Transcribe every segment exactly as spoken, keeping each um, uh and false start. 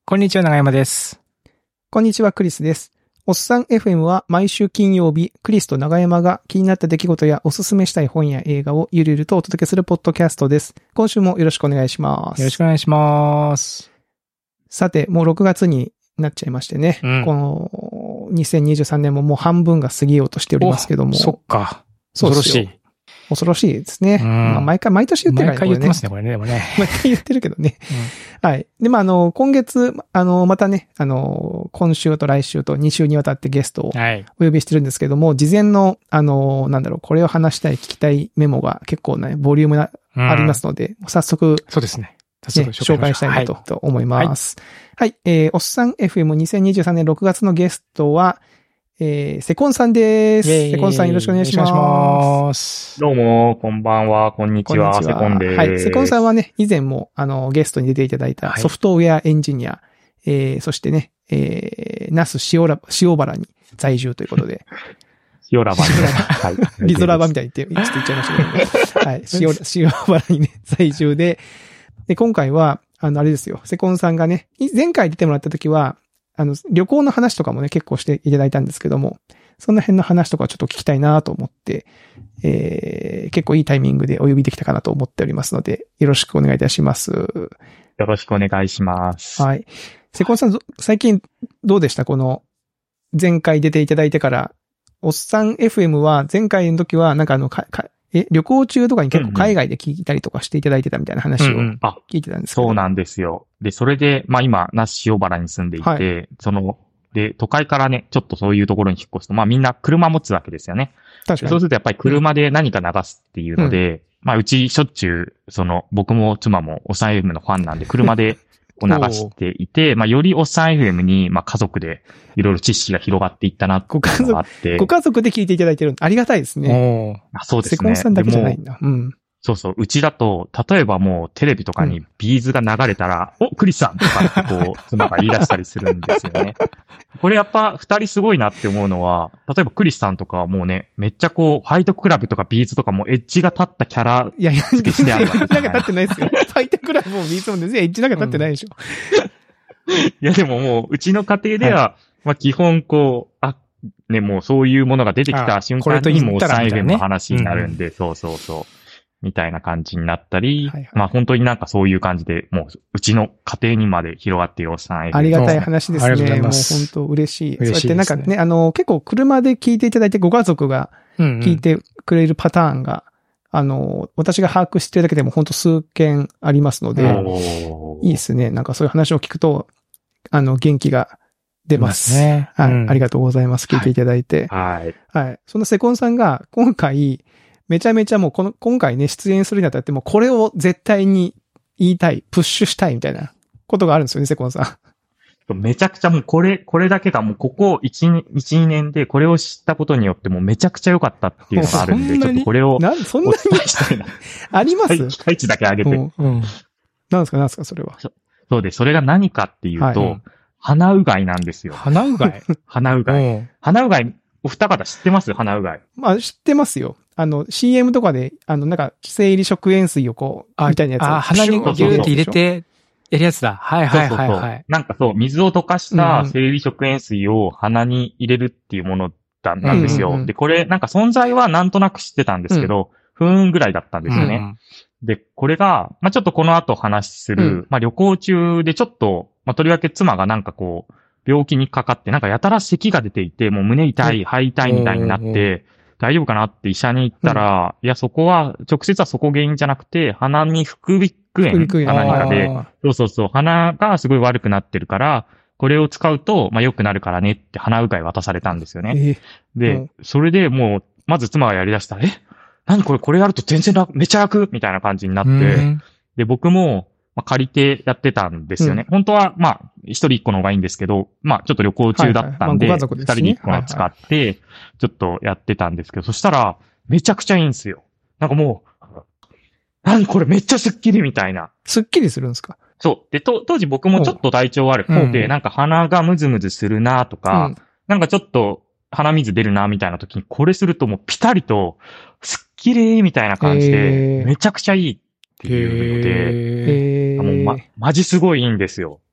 こんにちは、長山です。 こんにちは、クリスです。おっさん エフエム は毎週金曜日、クリスと長山が気になった出来事やおすすめしたい本や映画をゆるゆるとお届けするポッドキャストです。今週もよろしくお願いします。 よろしくお願いします。 さて、もうろくがつになっちゃいましてね。うん、このにせんにじゅうさんねんももう半分が過ぎようとしておりますけども。 そっか。恐ろしい。 恐ろしいですね。うんまあ、毎回、毎年言ってるからね。 毎回言ってますね、これね、でもね。 毎回言ってるけどね。うん、はい。で、まあ、あの、今月、あの、またね、あの、今週と来週とに週にわたってゲストをお呼びしてるんですけども、はい、事前の、あの、なんだろう、これを話したい、聞きたいメモが結構ね、ボリュームがありますので、うん、早速、 そうですね。 早速紹介したいなと、はい、と思います。はい。はい、えー、おっさん エフエムにせんにじゅうさんねんろくがつのゲストは、えー、セコンさんです。セコンさんよろしくお願いします。 お願いします。 どうも、こんばんは、こんにちは、セコンです。 はい。セコンさんはね、以前も、あの、ゲストに出ていただいたソフトウェアエンジニア、はい、えー、そしてね、えー、那須塩原、塩原に在住ということで。 塩ラバ。 はい。リゾラバみたいに言って、ちょっと言っちゃいましたけど、はい。塩、塩原にね、在住で、で、今回は、あの、あれですよ、セコンさんがね、前回出てもらった時は、あの、旅行の話とかもね、結構していただいたんですけども、その辺の話とかちょっと聞きたいなと思って、えー、結構いいタイミングでお呼びできたかなと思っておりますので、よろしくお願いいたします。よろしくお願いします。 はい。セコンさん、最近どうでしたこの、前回出ていただいてから、おっさん エフエム は前回の時は、なんかあの、か、かえ、旅行中とかに結構海外で聞いたりとかしていただいてたみたいな話を聞いてたんですけど、 うんうん、そうなんですよ。で、それで、まあ今、那須塩原に住んでいて、はい、その、で、都会からね、ちょっとそういうところに引っ越すと、まあみんな車持つわけですよね。 確かに。 そうするとやっぱり車で何か流すっていうので、うん、まあうちしょっちゅう、その、僕も妻もおっさん エフエム のファンなんで、車でを流していて、まあよりおっさん エフエム に、まあ家族でいろいろ知識が広がっていったなっていうのがあって。 ご家族で聞いていただいてるありがたいですね。 あ、そうですね。 セコンさんだけじゃないんだ。うん。 そうそう。うちだと、例えばもうテレビとかにビーズが流れたら、うん、お、クリスさんとかってこう、妻が言い出したりするんですよね。これやっぱ二人すごいなって思うのは、例えばクリスさんとかはもうね、めっちゃこう、ファイトクラブとかビーズとかもエッジが立ったキャラ付けしてあるわけですよ、ね。 エッジなんか立ってないですよ。ファイトクラブもビーズも全然エッジなんか立ってないでしょ。 うん、いやでももう、うちの家庭では、はい、まあ基本こう、あ、ね、もうそういうものが出てきた瞬間にもうサイレンの話になるんで、うん、そうそうそう。みたいな感じになったり、はいはい、まあ本当になんかそういう感じで、もううちの家庭にまで広がっているおっさん エフエム。 ありがたい話ですね。ありがとうございます。もう本当嬉しい。嬉しいですね。そうやってなんかね、あの、結構車で聞いていただいてご家族が聞いてくれるパターンが、うんうん、あの、私が把握してるだけでも本当数件ありますので、いいですね。なんかそういう話を聞くと、あの、元気が出ます。ね、はい、うん。ありがとうございます。聞いていただいて。 はい。 はい。はい、そのセコンさんが今回、めちゃめちゃもうこの、今回ね、出演するにあたってもうこれを絶対に言いたい、プッシュしたいみたいなことがあるんですよね、セコンさん。めちゃくちゃもうこれ、これだけがもうここいち、にねんでこれを知ったことによってもうめちゃくちゃ良かったっていうのがあるんで、ちょっとこれをお伝えしたいな。 あります期待値だけ上げて。うんうん、なんですか、なんですか、それは。 そ, そうで、それが何かっていうと、はいうん、鼻うがいなんですよ。 鼻うがい鼻うがい。鼻うがい、お二方知ってます鼻うがい。 まあ、知ってますよ。あの、シーエム とかで、あの、なんか、生理食塩水をこう、みたいなやつを。 あ、鼻にギューって入れて、やるやつだ。はいはいはい、はい。そうそうそうなんかそう、水を溶かした生理食塩水を鼻に入れるっていうものだなんですよ、うんうんうん。で、これ、なんか存在はなんとなく知ってたんですけど、うん、ふーんぐらいだったんですよね。うんうん、で、これが、まあ、ちょっとこの後話する、うん、まあ、旅行中でちょっと、まあ、とりわけ妻がなんかこう、病気にかかって、なんかやたら咳が出ていて、もう胸痛い、肺痛いみたいになって、大丈夫かなって医者に言ったら、うん、いや、そこは、直接はそこ原因じゃなくて、鼻に副鼻腔炎か何かで、そうそうそう、鼻がすごい悪くなってるから、これを使うと、まあ、良くなるからねって鼻うがい渡されたんですよね。えー、で、うん、それでもう、まず妻がやり出したら、え何これ、これやると全然楽、めちゃ楽みたいな感じになって、うん、で、僕も、まあ、借りてやってたんですよね。うん、本当は、まあ、一人一個の方がいいんですけど、まあ、ちょっと旅行中だったんで、二、はいはいまあね、人で一個の使って、ちょっとやってたんですけど、はいはい、そしたら、めちゃくちゃいいんですよ。なんかもう、何これめっちゃスッキリみたいな。 スッキリするんですか？ そう。で、と、当時僕もちょっと体調悪くて、うん、なんか鼻がムズムズするなとか、うん、なんかちょっと鼻水出るなみたいな時に、これするともうピタリと、スッキリみたいな感じで、めちゃくちゃいいっていうので、もうま、マジすごいいいんですよ。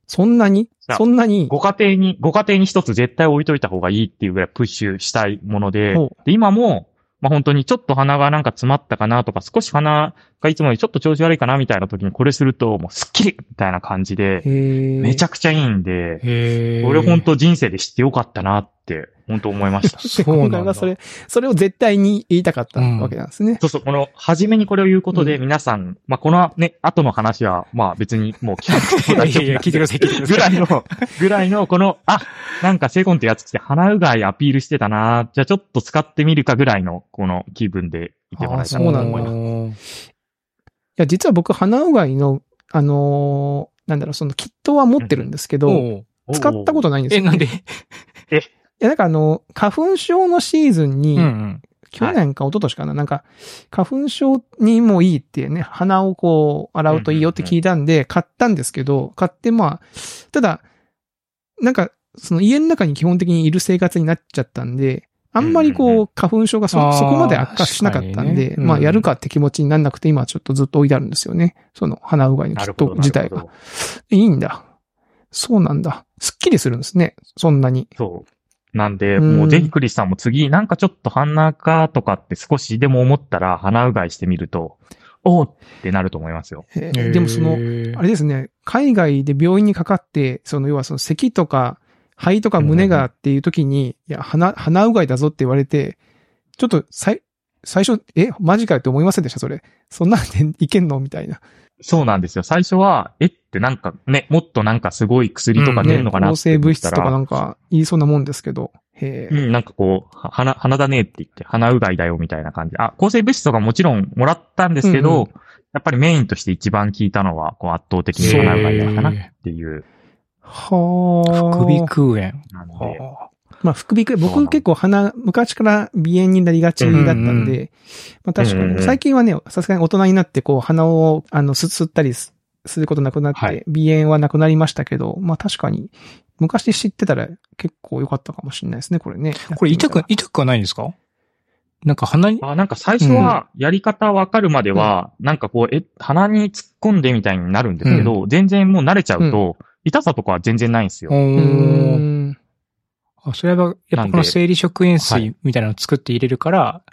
そんなにそんなにご家庭に、ご家庭に一つ絶対置いといた方がいいっていうぐらいプッシュしたいもので、で今も、まあ、本当にちょっと鼻がなんか詰まったかなとか、少し鼻がいつもよりちょっと調子悪いかなみたいな時にこれすると、もうスッキリみたいな感じで、めちゃくちゃいいんで、 へー俺本当人生で知ってよかったなって、本当思いました。 そうなんだ。今回はそれ、それを絶対に言いたかったわけなんですね。うん、 そうそう、この、初めにこれを言うことで皆さん、うん、まあ、このね、後の話は、まあ別にもう聞かなくても大丈夫。いやいや、聞いてください、聞いてください。ぐらいの、ぐらいの、この、あ、なんかセコンってやつ来て鼻うがいアピールしてたな、じゃあちょっと使ってみるかぐらいの、この気分でいてもらえたらと思います。 いや、実は僕、鼻うがいの、あのー、なんだろう、そのキットは持ってるんですけど、うん、使ったことないんですよ、 ね。え、なんでえいや、なんかあの、花粉症のシーズンに、うんうん、去年か一昨年かな、はい、なんか、花粉症にもいいってね、鼻をこう、洗うといいよって聞いたんで、買ったんですけど、買ってまあ、ただ、なんか、その家の中に基本的にいる生活になっちゃったんで、あんまりこう、花粉症が そ, そこまで悪化しなかったんで、ねうん、まあ、やるかって気持ちにならなくて、今ちょっとずっと置いてあるんですよね。その、鼻うがいのキット自体が。いいんだ。そうなんだ。すっきりするんですね。そんなに。 そう。なんで、もうぜひクリスさんも次、なんかちょっと鼻かとかって少しでも思ったら鼻うがいしてみると、おーってなると思いますよ。 でもその、あれですね、海外で病院にかかって、その要はその咳とか肺とか胸がっていう時に、いや、鼻、鼻うがいだぞって言われて、ちょっと最、最初、え、マジかよって思いませんでしたそれ。そんなんでいけんのみたいな。 そうなんですよ。最初は、えってなんかね、もっとなんかすごい薬とか出るのかなって、うんね、抗生物質とかなんか言いそうなもんですけど。へうん、なんかこう、鼻、鼻だねって言って、鼻うがいだよみたいな感じで。あ、抗生物質とかもちろんもらったんですけど、うんうん、やっぱりメインとして一番効いたのは、こう圧倒的に鼻うがいだったかなっていう。 はあ。 副鼻腔炎。 なんで。 まあ、副鼻腔、僕結構鼻、昔から鼻炎になりがちだったんで、うんうん、まあ確かに、最近はね、さすがに大人になってこう鼻を、あの、す、吸ったりすることなくなって、はい、鼻炎はなくなりましたけど、まあ確かに、昔知ってたら結構良かったかもしれないですね、これね。 これ痛く、痛くはないんですか？なんか鼻にあ、なんか最初は、やり方わかるまでは、うん、なんかこう、え、鼻に突っ込んでみたいになるんですけど、うん、全然もう慣れちゃうと、うん、痛さとかは全然ないんですよ。 うんあ、それは、やっぱこの生理食塩水みたいなのを作って入れるから、はい、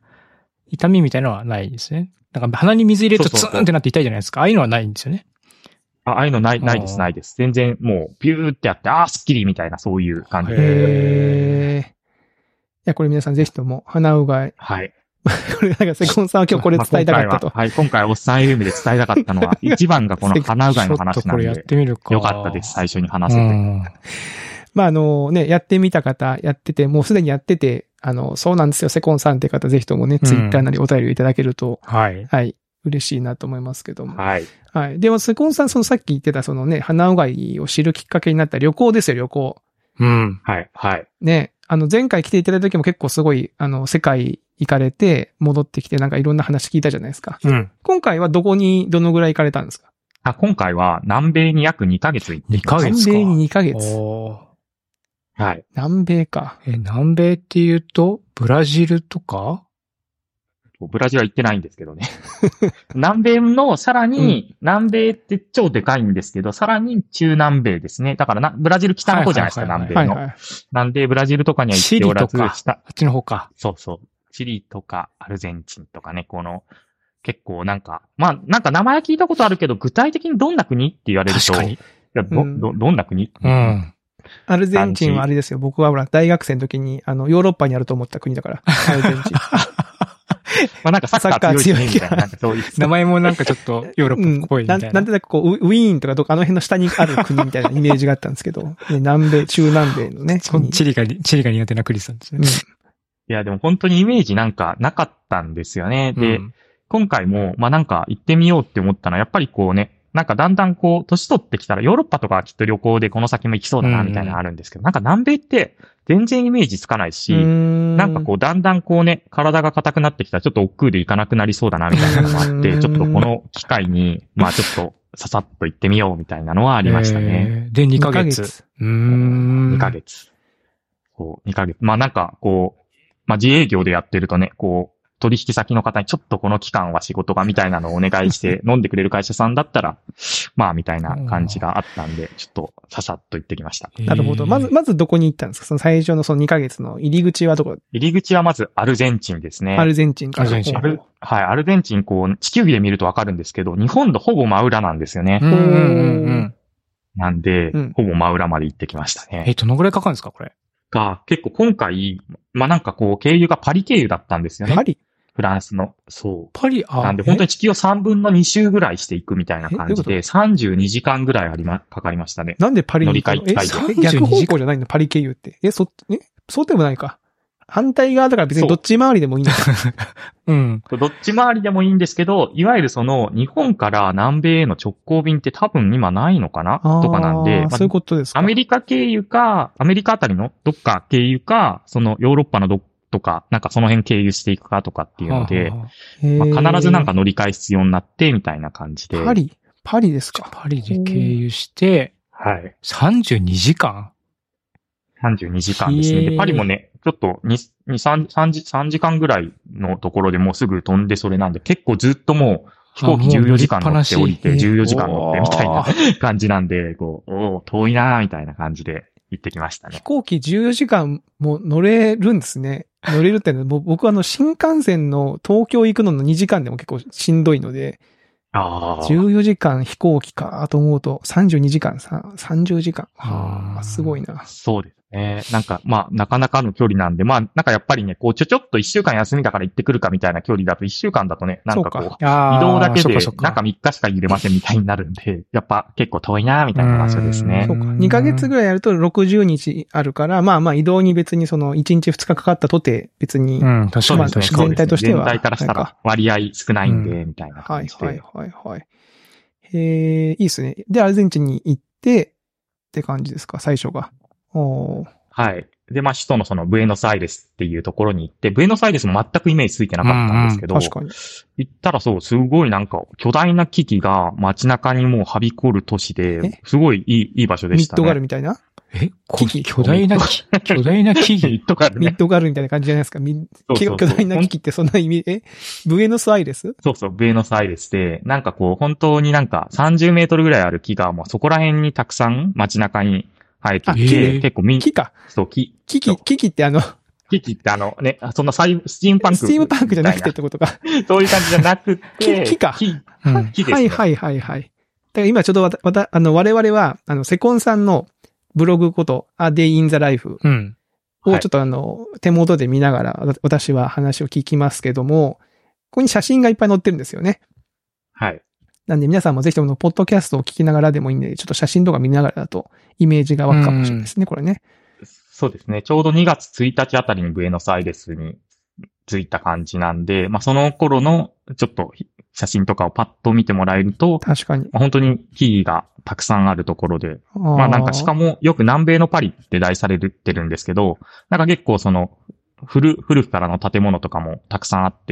痛みみたいなのはないですね。なんか鼻に水入れるとツーンってなって痛いじゃないですか。ああいうのはないんですよね。 あ、ああいうのない、ないです、ないです。全然もう、ビューってやって、あー、スッキリみたいな、そういう感じで。 へー。いや、これ皆さんぜひとも、鼻うがい。 はい。 これなんかセコンさんは今日これ伝えたかったと。 まあ、はい、今回おっさん エフエム で伝えたかったのは、一番がこの鼻うがいの話なんで。 ちょっとこれやってみるか。 よかったです、最初に話せて。 まあ、あのね、やってみた方、やってて、もうすでにやってて、あの、そうなんですよ、セコンさんって方、ぜひともね、ツイッターなりお便りをいただけると、 はい。 はい。嬉しいなと思いますけども。 はい。 はい。でも、セコンさん、そのさっき言ってた、そのね、鼻うがいを知るきっかけになった旅行ですよ、旅行。 うん。 はい、はい。 ね、あの、前回来ていただいた時も結構すごい、あの、世界行かれて、戻ってきて、なんかいろんな話聞いたじゃないですか。 うん。 今回はどこに、どのぐらい行かれたんですか？ あ、今回は南米に約にかげつ行ってにかげつか。 南米ににかげつ。 おー。 はい。 南米か。 え、南米って言うと、ブラジルとか？ ブラジルは行ってないんですけどね。南米のさらに、うん、南米って超でかいんですけど、さらに中南米ですね。だからな、ブラジル北の方じゃないですか、南米の、はいはい。なんで、ブラジルとかには行っておらず、 チリとか、あっちの方か。 そうそう。チリとか、アルゼンチンとかね、この、結構なんか、まあ、なんか名前は聞いたことあるけど、具体的にどんな国って言われると、 確かに。いやど、うん、ど、どんな国？ うん。 アルゼンチンはあれですよ。僕はほら、大学生の時に、あの、ヨーロッパにあると思った国だから。アルゼンチン。 まあなんかサッカー強いね、みたいな。なんかそういう。 名前もなんかちょっとヨーロッパっぽいみたいな。 うん、な, なんとなくこう、ウィーンとかどっかあの辺の下にある国みたいなイメージがあったんですけど、ね、南米、中南米のね。 チリが、チリが苦手なクリスさんですね。うん、 いや、でも本当にイメージなんかなかったんですよね。で、うん、今回も、まあなんか行ってみようって思ったのは、やっぱりこうね、なんかだんだんこう、年取ってきたら、ヨーロッパとかはきっと旅行でこの先も行きそうだな、みたいなのあるんですけど、うん、なんか南米って全然イメージつかないし、んなんかこう、だんだんこうね、体が硬くなってきたらちょっと億劫で行かなくなりそうだな、みたいなのもあって、ちょっとこの機会に、まあちょっと、ささっと行ってみよう、みたいなのはありましたね。 で、にかげつ。 うーん。 にかげつ。そう、にかげつ。まあなんかこう、まあ自営業でやってるとね、こう、 取引先の方にちょっとこの期間は仕事がみたいなのをお願いして飲んでくれる会社さんだったら、まあみたいな感じがあったんで、ちょっとささっと行ってきました。 なるほど。まず、まずどこに行ったんですか？その最初のそのにかげつの入り口はどこ？ 入り口はまずアルゼンチンですね。 アルゼンチンか。 アルゼンチン。 はい、アルゼンチンこう、地球儀で見るとわかるんですけど、日本のほぼ真裏なんですよね。 うんうんうん。 なんで、 うん、 ほぼ真裏まで行ってきましたね。 え、どのぐらいかかるんですか、これ。 が、結構今回、まあ、なんかこう、経由がパリ経由だったんですよね。 パリ？ フランスの。そう。 パリ、あなんで本当に地球をさんぶんのに周ぐらいしていくみたいな感じで、さんじゅうにじかんぐらいありま、かかりましたね。 なんでパリに乗り換え機え、逆方向じゃないの？パリ経由って。え、そ、え、そうでもないか。反対側だから別にどっち回りでもいいんだ。 うん。 どっち回りでもいいんですけど、いわゆるその日本から南米への直行便って多分今ないのかなとかなんで、まあ、 そういうことですか。 アメリカ経由か、アメリカあたりのどっか経由か、そのヨーロッパのどっとか、なんかその辺経由していくかとかっていうので、はあはあ、まあ、必ずなんか乗り換え必要になってみたいな感じで。 パリパリですか？ パリで経由して、 はい。 さんじゅうにじかんさんじゅうにじかんですね。で、パリもね、ちょっとに、に、さん、さんじ、さんじかんぐらいのところでもうすぐ飛んでそれなんで、結構ずっともう飛行機じゅうよじかん乗って降りてじゅうよじかん乗ってみたいな感じなんで、こう、おー、遠いなーみたいな感じで行ってきましたね。 飛行機じゅうよじかんも乗れるんですね。乗れるってのは、僕はあの新幹線の東京行くののにじかんでも結構しんどいので、 あじゅうよじかん飛行機かと思うとさんじゅうにじかんさ、さんじゅうじかん。はあ、すごいな。 そうですね。なんか、まあ、なかなかの距離なんで、まあ、なんかやっぱりね、こう、ちょちょっと一週間休みだから行ってくるかみたいな距離だと、一週間だとね、なんかこう、う移動だけで、なんかみっかしか入れませんみたいになるんで、やっぱ結構遠いなみたいな場所ですね。 そうか。にかげつぐらいやるとろくじゅうにちあるから、まあまあ移動に別にそのいちにちふつかかかったとて別に、 うん、確かに、まあ、 全体としては。 全体からしたら割合少ないんで、みたいな感じで。 はいはいはいはい。えー、いいですね。で、アルゼンチンに行って、って感じですか、最初が。おはい。で、まあ、首都のそのブエノスアイレスっていうところに行って、ブエノスアイレスも全くイメージついてなかったんですけど、 うんうん、確かに。 行ったらそう、すごいなんか巨大な木々が街中にもうはびこる都市で、すごいいい、いい場所でしたね。 ミッドガルみたいなえ木々巨大な木巨大な木々 ミッドガル、ね、 ミッドガルみたいな感じじゃないですか。ミそうそうそう巨大な木々ってそんな意味、えブエノスアイレスそうそう、ブエノスアイレスで、なんかこう、本当になんかさんじゅうメートルぐらいある木がもうそこら辺にたくさん街中に生えていて、結構みん木か。 そう、木。 木々、木々ってあの、 木々ってあのね、そんなサイスチームパンク。 スチームパンクじゃなくてってことか。 そういう感じじゃなくて。 木か。 木。うん、木です、ね。 はいはいはいはい。だから今ちょっとわた、わた、あの、我々は、あの、セコンさんのブログこと、A Day in the Life をちょっとあの、はい、手元で見ながら、私は話を聞きますけども、ここに写真がいっぱい載ってるんですよね。 はい。 なんで皆さんもぜひともポッドキャストを聞きながらでもいいんで、ちょっと写真とか見ながらだとイメージが湧くかもしれないですね、これね。 そうですね。ちょうどにがつついたちあたりにブエノスアイレスに着いた感じなんで、まあその頃のちょっと写真とかをパッと見てもらえると、 確かに。 まあ、本当に木々がたくさんあるところで、あまあなんかしかもよく南米のパリって題されてるんですけど、なんか結構その古、古くからの建物とかもたくさんあって、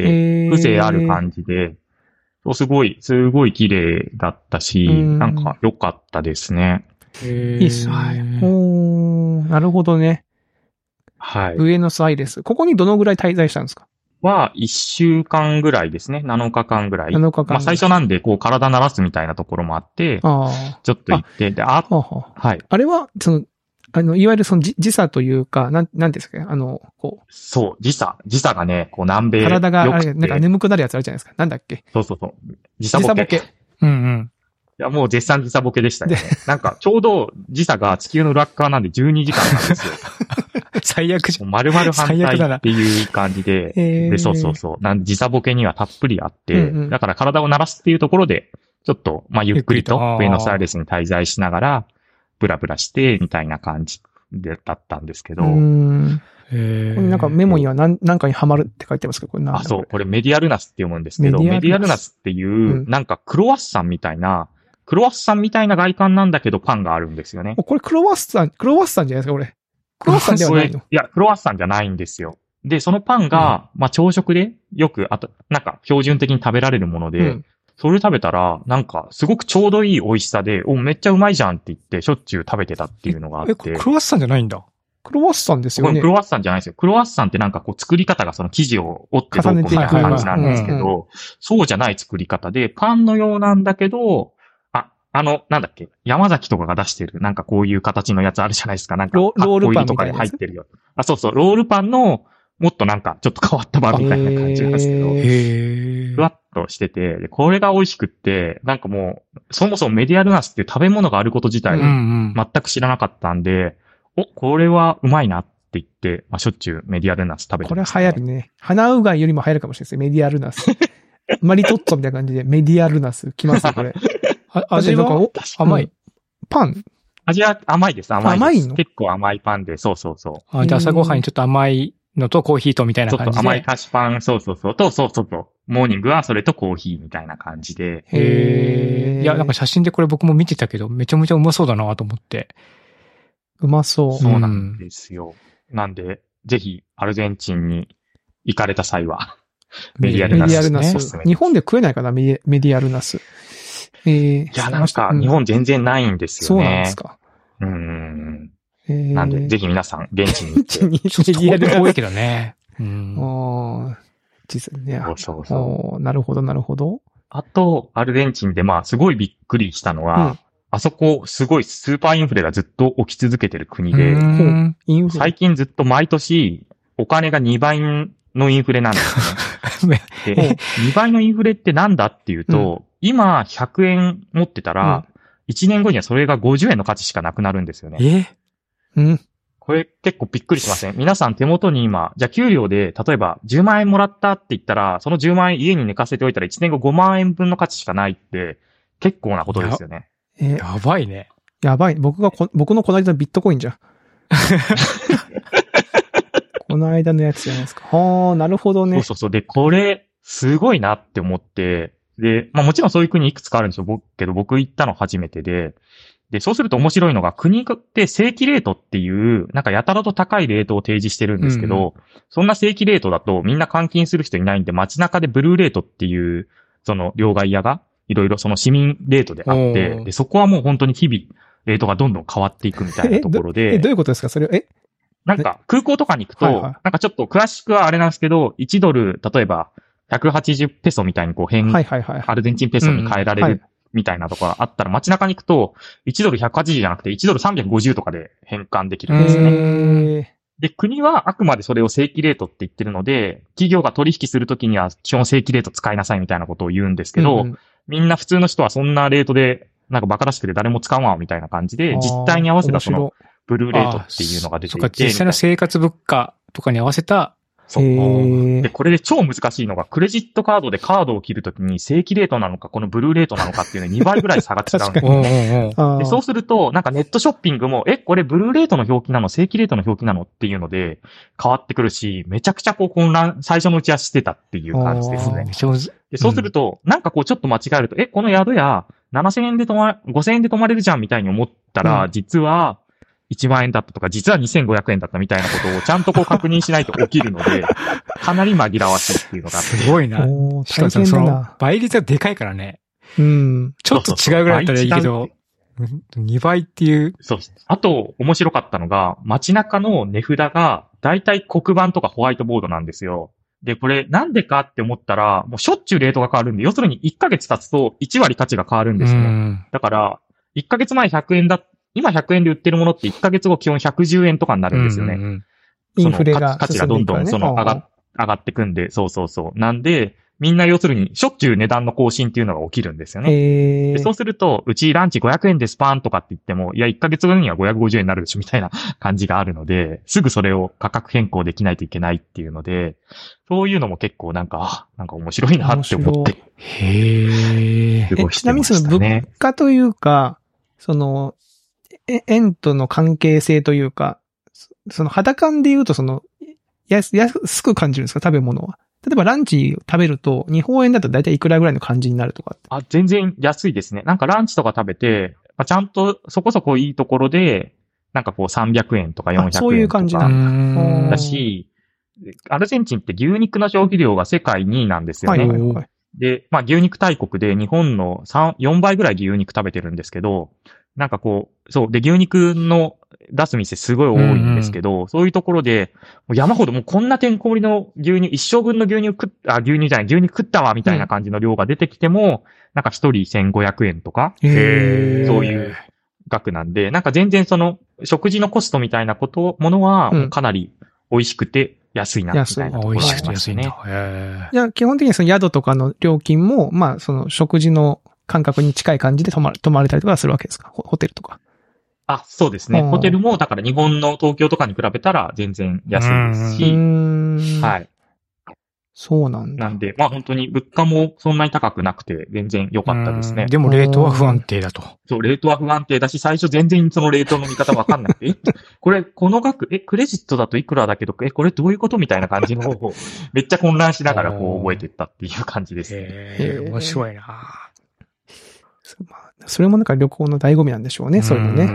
風情ある感じで、すごい、すごい綺麗だったし、なんか良かったですね。 いいっすね。おー、なるほどね。 はい。 ブエノスアイレス。ここにどのぐらい滞在したんですか？ は、いっしゅうかんぐらいですね。なのかかんぐらい。 なのかかん。 まあ最初なんで、こう体慣らすみたいなところもあって、あちょっと行って、で、あ、 ははい。 あれは、その、あの、いわゆるその時差というか、なん、なんですかね、あの、こう。 そう、時差。時差がね、こう南米。 体が、あれ、なんか眠くなるやつあるじゃないですか。なんだっけ。 そうそうそう。時差ボケ。時差ボケ。 うんうん。 いや、もう絶賛時差ボケでしたね。なんか、ちょうど時差が地球の裏側なんでじゅうにじかんなんですよ。 最悪じゃん。 丸々反対っていう感じで、で、そうそうそう。なん時差ボケにはたっぷりあって、うんうん、だから体を慣らすっていうところで、ちょっと、まあ、ゆっくりとブエノスアイレスに滞在しながら、ブラブラして、みたいな感じで、だったんですけど。 うんへこれなんかメモには何、何かにハマるって書いてますけど、これ何だあ、そう。これメディアルナスって読むんですけど、メディアルナスっていう、うん、なんかクロワッサンみたいな、クロワッサンみたいな外観なんだけどパンがあるんですよね。 これクロワッサン、クロワッサンじゃないですか、これ。クロワッサンではないの？ いや、クロワッサンじゃないんですよ。で、そのパンが、うん、まあ朝食でよく、あと、なんか標準的に食べられるもので、うん、それ食べたら、なんかすごくちょうどいい美味しさで、お、めっちゃうまいじゃんって言って、しょっちゅう食べてたっていうのがあって。 え、クロワッサンじゃないんだ。 クロワッサンですよね。 これクロワッサンじゃないですよ。クロワッサンってなんかこう作り方がその生地を折ってどうこうみたいな感じなんですけど、そうじゃない作り方で、パンのようなんだけど、あ、あの、なんだっけ、山崎とかが出してる、なんかこういう形のやつあるじゃないですか。なんか、 ロールパンとかで入ってるよ。あ、そうそう、ロールパンの、もっとなんかちょっと変わった版みたいな感じなんですけど、ふわっとしてて、で、これが美味しくって、なんかもう、そもそもメディアルナスって食べ物があること自体、全く知らなかったんで、お、これはうまいなって言って、まあ、しょっちゅうメディアルナス食べてます、ね。 これ流行るね。花うがいよりも流行るかもしれないですね。メディアルナス。マリトッツォみたいな感じでメディアルナス来ますよ、これ。 味は甘い。 パン味は甘いです、甘いです。 甘いの？ 結構甘いパンで、そうそうそう。 あ、じゃあ朝ごはんにちょっと甘いのとコーヒーとみたいな感じで。 そうそう、甘い菓子パン、そうそうそう。と、そうそうそう。モーニングはそれとコーヒーみたいな感じで。 へー。いや、なんか写真でこれ僕も見てたけど、めちゃめちゃうまそうだなと思って。 うまそう。 そうなんですよ。うん、なんで、ぜひ、アルゼンチンに行かれた際は、メディアルナス。 メディアルナス。日本で食えないかな、メディアルナス。えー、 いや、なんか、日本全然ないんですよね。 そうなんですか。 うん。 えー、 なんで、ぜひ皆さん、現地に行って。 ちょっとメディアル遠いけどね。 うん。ああ、実ね。 そうそうそう。 なるほど、なるほど。 あと、アルゼンチンで、まあ、すごいびっくりしたのは、うん、あそこ、すごいスーパーインフレがずっと起き続けてる国で、最近ずっと毎年、お金がにばいのインフレなんですね。で、にばいのインフレってなんだっていうと、うん、今ひゃくえん持ってたら、うん、いちねんごにはそれがごじゅうえんの価値しかなくなるんですよね。 えうん。 これ結構びっくりしません？皆さん手元に今、じゃあ給料で、例えばじゅうまんえんもらったって言ったら、そのじゅうまんえん家に寝かせておいたらいちねんごごまんえんぶんの価値しかないって、結構なことですよね。 や, やばいね。 やばい。僕がこ、僕のこの間のビットコインじゃん。この間のやつじゃないですか。はあ、なるほどね。 そうそうそう。で、これ、すごいなって思って、で、まあもちろんそういう国いくつかあるんですよ。僕、けど僕行ったの初めてで、で、そうすると面白いのが、国って正規レートっていう、なんかやたらと高いレートを提示してるんですけど、うんうん、そんな正規レートだとみんな換金する人いないんで、街中でブルーレートっていう、その両替屋が、いろいろその市民レートであって、で、そこはもう本当に日々、レートがどんどん変わっていくみたいなところで。 え、ど, えどういうことですかそれ、えなんか空港とかに行くと、はいはい、なんかちょっと詳しくはあれなんですけど、いちドル、例えば、ひゃくはちじゅうペソみたいにこう変、はいはいはい、アルゼンチンペソに変えられる、うんはいみたいなところあったら街中に行くと、いちドルひゃくはちじゅうじゃなくていちドルさんびゃくごじゅうとかで変換できるんですね。で、国はあくまでそれを正規レートって言ってるので、企業が取引するときには基本正規レート使いなさいみたいなことを言うんですけど、うん、みんな普通の人はそんなレートで、なんかバカらしくて誰も使わんわみたいな感じで、実態に合わせたそのブルーレートっていうのが出ていて。 そうか、実際の生活物価とかに合わせたそう。で、これで超難しいのが、クレジットカードでカードを切るときに正規レートなのか、このブルーレートなのかっていうのににばいぐらい差が違うんですよ。で、そうすると、なんかネットショッピングも、え、これブルーレートの表記なの、正規レートの表記なのっていうので変わってくるし、めちゃくちゃこう混乱、最初のうちはしてたっていう感じですね。で、そうすると、うん、なんかこうちょっと間違えると、え、この宿屋ななせんえんで泊ま、ごせんえんで泊まれるじゃんみたいに思ったら、うん、実は、いちまんえんだったとか、実はにせんごひゃくえんだったみたいなことをちゃんとこう確認しないと起きるので、かなり紛らわしいっていうのがあって。 すごいな。しかもその倍率はでかいからね。 うん。 ちょっと違うぐらいだったらいいけど、にばいっていう。 そう。あと、面白かったのが、街中の値札が、だいたい黒板とかホワイトボードなんですよ。で、これなんでかって思ったら、もうしょっちゅうレートが変わるんで、要するにいっかげつ経つといちわり価値が変わるんですね。だから、いっかげつまえひゃくえんだった今ひゃくえんで売ってるものっていっかげつご基本ひゃくじゅうえんとかになるんですよね。うんうん、 インフレが価値がどんどんその上が、上がってくんで、そうそうそう。なんで、みんな要するにしょっちゅう値段の更新っていうのが起きるんですよね。でそうすると、うちランチごひゃくえんでスパーンとかって言っても、いやいっかげつごにはごひゃくごじゅうえんになるでしょみたいな感じがあるので、すぐそれを価格変更できないといけないっていうので、そういうのも結構なんか、なんか面白いなって思って。 へー。ちなみにその物価というか、その、円との関係性というか、その肌感で言うとその、安、安く感じるんですか食べ物は。例えばランチ食べると、日本円だと大体いくらぐらいの感じになるとかって。 あ、全然安いですね。なんかランチとか食べて、ちゃんとそこそこいいところで、なんかこうさんびゃくえんとかよんひゃくえんとか。 そういう感じなんだし、アルゼンチンって牛肉の消費量が世界にいなんですよね。はいはいはい。で、まあ牛肉大国で日本のさん、よんばいぐらい牛肉食べてるんですけど、 なんかこう、そう、で、牛肉の出す店すごい多いんですけど、うんうん、そういうところで、もう山ほどもうこんなてんこ盛りの牛乳、一生分の牛乳食っ、あ、牛乳じゃない、牛肉食ったわ、みたいな感じの量が出てきても、うん、なんか一人せんごひゃくえんとか、 へー、 そういう額なんで、なんか全然その、食事のコストみたいなこと、ものは、かなり美味しくて安いな、みたいなところがありましたね。 美味しくて安いんだ。へー。じゃあ基本的にその宿とかの料金も、まあその食事の感覚に近い感じで泊ま、泊まれたりとかするわけですか？ホテルとか。 あ、そうですね。ホテルも、だから日本の東京とかに比べたら全然安いですし、はい。 そうなんだ。 なんで、まあ本当に物価もそんなに高くなくて全然良かったですね。 でもレートは不安定だと。 そう、レートは不安定だし、最初全然そのレートの見方わかんなくて、え、これ、この額、え、クレジットだといくらだけど、え、これどういうことみたいな感じの方を、めっちゃ混乱しながらこう覚えていったっていう感じですね。 へー、面白いな。 それもなんか旅行の醍醐味なんでしょうね、そういうのね。うん。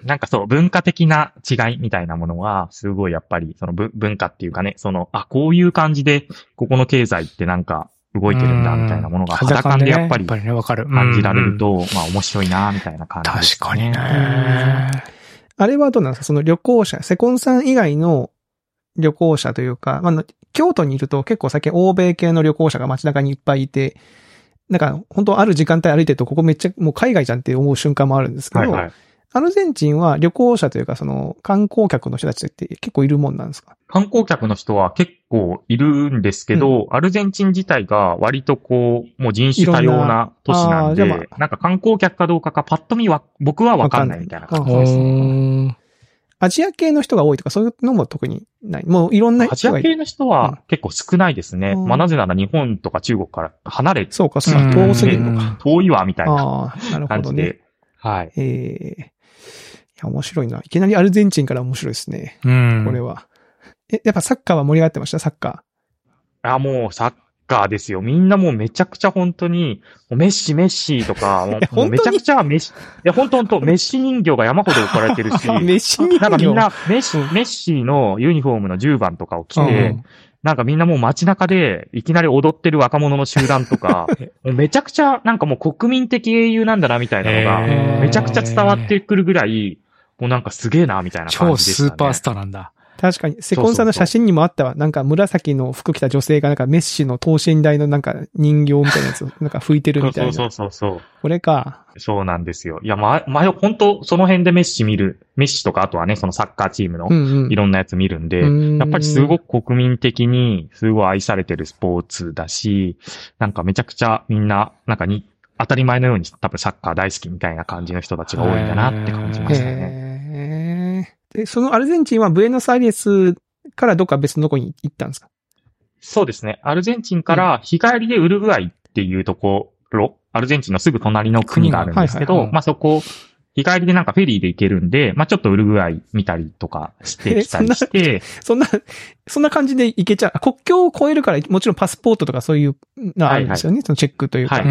なんかそう、文化的な違いみたいなものは、すごいやっぱり、その文化っていうかね、その、あ、こういう感じで、ここの経済ってなんか動いてるんだ、みたいなものが肌感でやっぱり感じられると、まあ面白いな、みたいな感じですね。 確かにね。 あれはどうなんですか？その旅行者、セコンさん以外の旅行者というか、まあ、京都にいると結構最近欧米系の旅行者が街中にいっぱいいて、なんか、本当ある時間帯歩いてると、ここめっちゃもう海外じゃんって思う瞬間もあるんですけど、はいはい、アルゼンチンは旅行者というか、その、観光客の人たちって結構いるもんなんですか？ 観光客の人は結構いるんですけど、うん、アルゼンチン自体が割とこう、もう人種多様な都市なんで、まあ、なんか観光客かどうかかパッと見は、僕はわかんないみたいな感じですね。 アジア系の人が多いとかそういうのも特にない。もういろんな人が。 アジア系の人は結構少ないですね。うん、まあなぜなら日本とか中国から離れて、 そうか、そうか、遠すぎるのか。 遠いわ、みたいなあなるほどね、 感じで。はい。 ええー、いや、面白いな。いきなりアルゼンチンから面白いですね。うん。これは。え、やっぱサッカーは盛り上がってました？サッカー。あ、もうサッカー。カーですよ。みんなもうめちゃくちゃ本当に、メッシメッシとか、もうめちゃくちゃメッシ、いや本当本当メッシ人形が山ほど置かれてるし、 メッシ人形なんかみんなメッシ、メッシのユニフォームのじゅうばんとかを着て、うん、なんかみんなもう街中でいきなり踊ってる若者の集団とか、もうめちゃくちゃなんかもう国民的英雄なんだなみたいなのが、めちゃくちゃ伝わってくるぐらい、もうなんかすげえなみたいな感じでしたね。 超スーパースターなんだ。 確かに、セコンさんの写真にもあったわ。なんか紫の服着た女性がなんかメッシの等身大のなんか人形みたいなやつをなんか拭いてるみたいな。 そうそうそうそう。 これか。 そうなんですよ。いや、ま、ま、本当その辺でメッシ見る。メッシとかあとはね、そのサッカーチームのいろんなやつ見るんで、うんうん、やっぱりすごく国民的にすごい愛されてるスポーツだし、なんかめちゃくちゃみんな、なんかに、当たり前のように多分サッカー大好きみたいな感じの人たちが多いんだなって感じましたね。 で、そのアルゼンチンはブエノスアイレスからどっか別のとこに行ったんですか？ そうですね。アルゼンチンから日帰りでウルグアイっていうところ、アルゼンチンのすぐ隣の国があるんですけど、はいはいはい、まあそこ、日帰りでなんかフェリーで行けるんで、まあちょっとウルグアイ見たりとかしてきたりして。 そんな、そんな、そんな感じで行けちゃう。国境を越えるからもちろんパスポートとかそういうのあるんですよね。はいはい、そのチェックというか。はい。うんうん、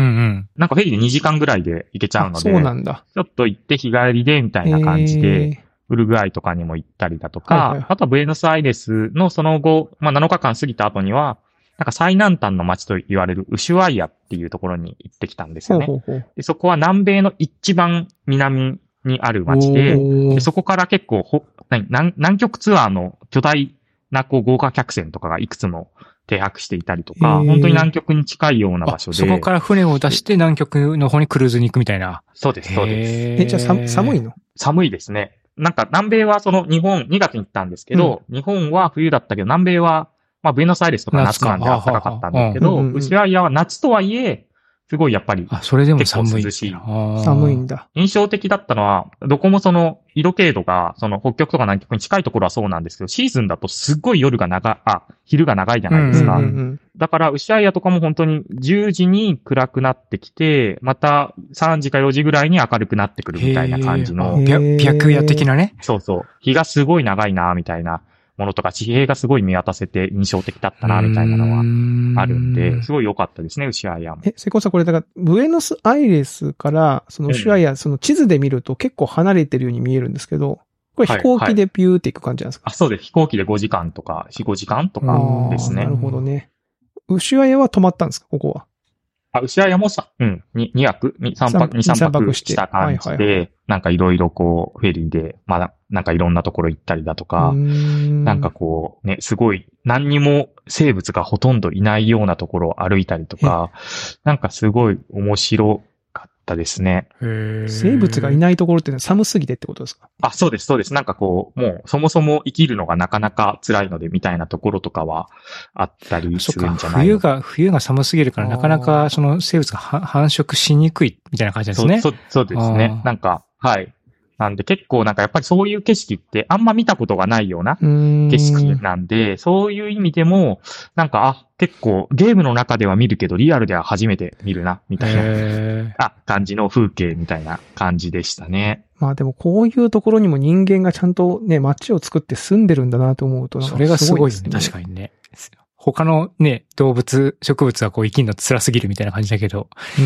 なんかフェリーでにじかんぐらいで行けちゃうので。 そうなんだ。 ちょっと行って日帰りでみたいな感じで。ウルグアイとかにも行ったりだとか、はいはい、あとはブエノスアイレスのその後、まあなのかかん過ぎた後には、なんか最南端の町と言われるウシュアイアっていうところに行ってきたんですよね。ほうほうほう。でそこは南米の一番南にある町で、でそこから結構ほ南、南極ツアーの巨大なこう豪華客船とかがいくつも停泊していたりとか、本当に南極に近いような場所で。 そこから船を出して南極の方にクルーズに行くみたいな。 そうです、そうです。 え、じゃあさ寒いの？ 寒いですね。なんか南米はその日本、にがつに行ったんですけど、うん、日本は冬だったけど、南米は、まあブエノスアイレスとか夏なんで暖かかったんですけど、ウシュアイアは夏とはいえ、すごいやっぱり、 あ、それでも寒い。 涼しい。 寒いんだ。 印象的だったのは、どこもその、色経度が、その北極とか南極に近いところはそうなんですけど、シーズンだとすっごい夜が長い、あ、昼が長いじゃないですか。うんうんうん、だから、ウシュアイアとかも本当にじゅうじに暗くなってきて、またさんじかよじぐらいに明るくなってくるみたいな感じの。 白夜的なね。 そうそう。日がすごい長いな、みたいなものとか、地平がすごい見渡せて印象的だったな、みたいなのはあるんで、すごい良かったですね、ウシュアイアも。 え、セコンさんこれだから、ブエノスアイレスから、そのウシュアイア、うん、その地図で見ると結構離れてるように見えるんですけど、これ飛行機でピューっていく感じなんですか？ はいはい、あ、そうです。飛行機でごじかんとか、よん、ごじかんとかですね。 なるほどね。ウシュアイアは止まったんですか、ここは。 あ、牛屋もさ、うん、に、にはく、さんぱく、に、さんぱくした感じで、はいはい、なんかいろいろこう、フェリーで、まだ、なんかいろんなところ行ったりだとか、んなんかこう、ね、すごい、何にも生物がほとんどいないようなところを歩いたりとか、なんかすごい面白かったですね。 生物がいないところって寒すぎてってことですか？ あ、そうです、そうです。なんかこう、もうそもそも生きるのがなかなか辛いのでみたいなところとかはあったりするんじゃない冬が、冬が寒すぎるからなかなかその生物が繁殖しにくいみたいな感じですね。 そう、そう、そうですね。なんか、はい。なんで結構なんかやっぱりそういう景色ってあんま見たことがないような景色なんで、そういう意味でも、なんか、あ、結構ゲームの中では見るけどリアルでは初めて見るな、みたいな、あ、感じの風景みたいな感じでしたね。 まあでもこういうところにも人間がちゃんとね、街を作って住んでるんだなと思うと、 それがすごいですね。確かにね。他のね、動物、植物がこう生きるの辛すぎるみたいな感じだけど、うん、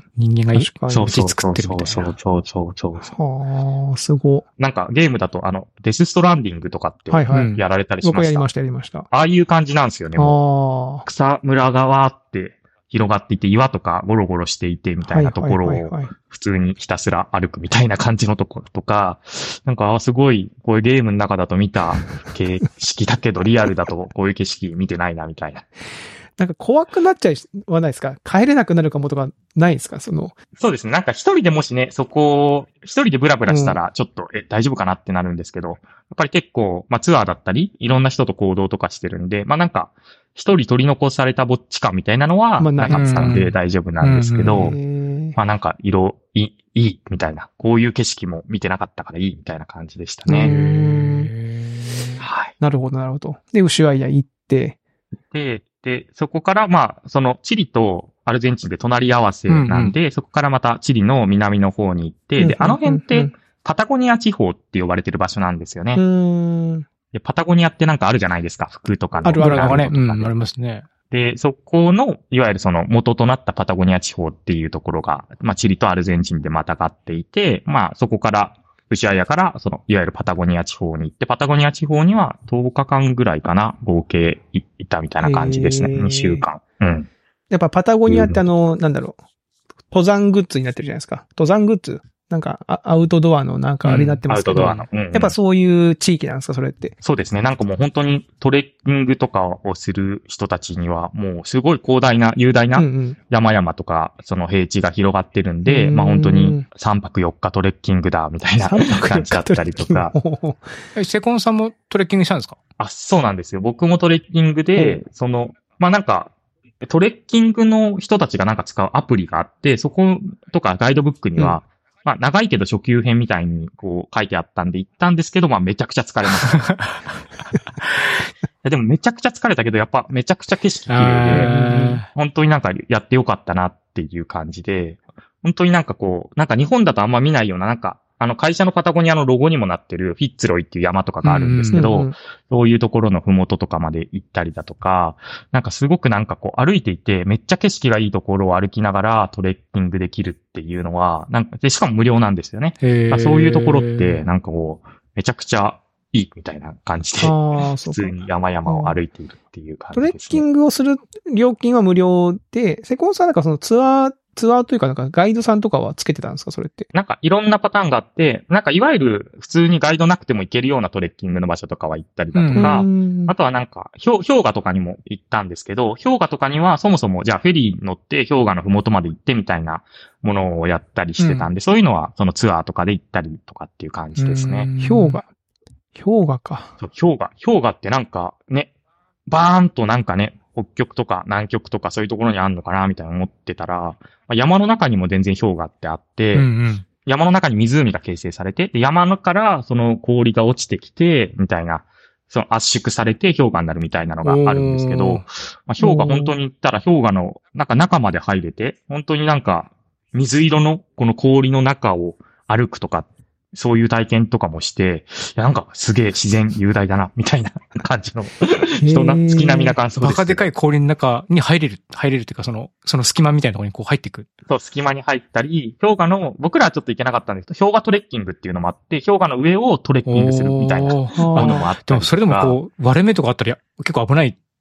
人間が街作ってるみたいな。 そうそうそうそうそう。 はあ、すご。 なんかゲームだとあの、デスストランディングとかってやられたりしました。 僕やりました、やりました。 ああいう感じなんですよね。もう草むらがわーって広がっていて、岩とかゴロゴロしていてみたいなところを普通にひたすら歩くみたいな感じのところとか、なんかすごいこういうゲームの中だと見た景色だけどリアルだとこういう景色見てないなみたいな。 なんか怖くなっちゃいはないですか？帰れなくなるかもとかないですか？その。 そうですね。なんか一人でもしね、そこを一人でブラブラしたらちょっと、うん、え、大丈夫かなってなるんですけど、やっぱり結構、まあツアーだったり、いろんな人と行動とかしてるんで、まあなんか、一人取り残されたぼっち感みたいなのは、なかったんで大丈夫なんですけど、まあなんか色、いい、いい、みたいな、こういう景色も見てなかったからいい、みたいな感じでしたね。 はい。なるほど、なるほど。で、ウシュアイア行って、 で、で、そこから、まあ、その、チリとアルゼンチンで隣り合わせなんで、うんうん、そこからまたチリの南の方に行って、で、あの辺って、パタゴニア地方って呼ばれてる場所なんですよね。うんで、パタゴニアってなんかあるじゃないですか、服とかの。 あるあるとかね。うん、ありますね。 で、そこの、いわゆるその元となったパタゴニア地方っていうところが、まあ、チリとアルゼンチンでまたがっていて、まあ、そこから、ウシュアイアから、その、いわゆるパタゴニア地方に行って、パタゴニア地方にはとおかかんぐらいかな、合計いたみたいな感じですね。にしゅうかん。うん。 やっぱパタゴニアってあの、なんだろう、登山グッズになってるじゃないですか。登山グッズなんか、アウトドアのなんかあれになってますけど、うん、アウトドアの、うんうん。やっぱそういう地域なんですか、それって。 そうですね。なんかもう本当にトレッキングとかをする人たちには、もうすごい広大な、雄大な山々とか、その平地が広がってるんで、うんうん、まあ本当にさんぱくよっかトレッキングだ、みたいな感じだったりとか。 セコンさんもトレッキングしたんですか？ あ、そうなんですよ。僕もトレッキングで、その、まあなんか、トレッキングの人たちがなんか使うアプリがあって、そことかガイドブックには、うんまあ、長いけど初級編みたいにこう書いてあったんで行ったんですけど、まあ、めちゃくちゃ疲れました。でもめちゃくちゃ疲れたけど、やっぱめちゃくちゃ景色綺麗で、本当になんかやってよかったなっていう感じで、本当になんかこう、なんか日本だとあんま見ないような、なんか、あの会社のパタゴニアのロゴにもなってるフィッツロイっていう山とかがあるんですけど、うんうんうん、そういうところのふもととかまで行ったりだとか、なんかすごくなんかこう歩いていてめっちゃ景色がいいところを歩きながらトレッキングできるっていうのは、なんかでしかも無料なんですよね。そういうところってなんかこうめちゃくちゃいいみたいな感じで、普通に山々を歩いているっていう感じですね。 トレッキングをする料金は無料で、セコンさんなんかそのツアーツアーというかなんかガイドさんとかはつけてたんですかそれって。 なんかいろんなパターンがあって、なんかいわゆる普通にガイドなくても行けるようなトレッキングの場所とかは行ったりだとか、うん、あとはなんか氷河とかにも行ったんですけど、氷河とかにはそもそもじゃあフェリー乗って氷河のふもとまで行ってみたいなものをやったりしてたんで、うん、そういうのはそのツアーとかで行ったりとかっていう感じですね。 氷河氷河か。 そう、氷河。氷河ってなんかね、バーンとなんかね、北極とか南極とかそういうところにあんのかなみたいな思ってたら、山の中にも全然氷河ってあって、うんうん、山の中に湖が形成されて、で山からその氷が落ちてきて、みたいな、その圧縮されて氷河になるみたいなのがあるんですけど、まあ、氷河本当に行ったら氷河のなんか中まで入れて、本当になんか水色のこの氷の中を歩くとか、そういう体験とかもして、いやなんかすげえ自然雄大だな、みたいな感じの人な、月並みな感想です。 バカでかい氷の中に入れる、入れるっていうかその、その隙間みたいなところにこう入っていく。 そう、隙間に入ったり、氷河の、僕らはちょっと行けなかったんですけど、氷河トレッキングっていうのもあって、氷河の上をトレッキングするみたいなものもあったりとか。 でもそれでもこう、割れ目とかあったら結構危ない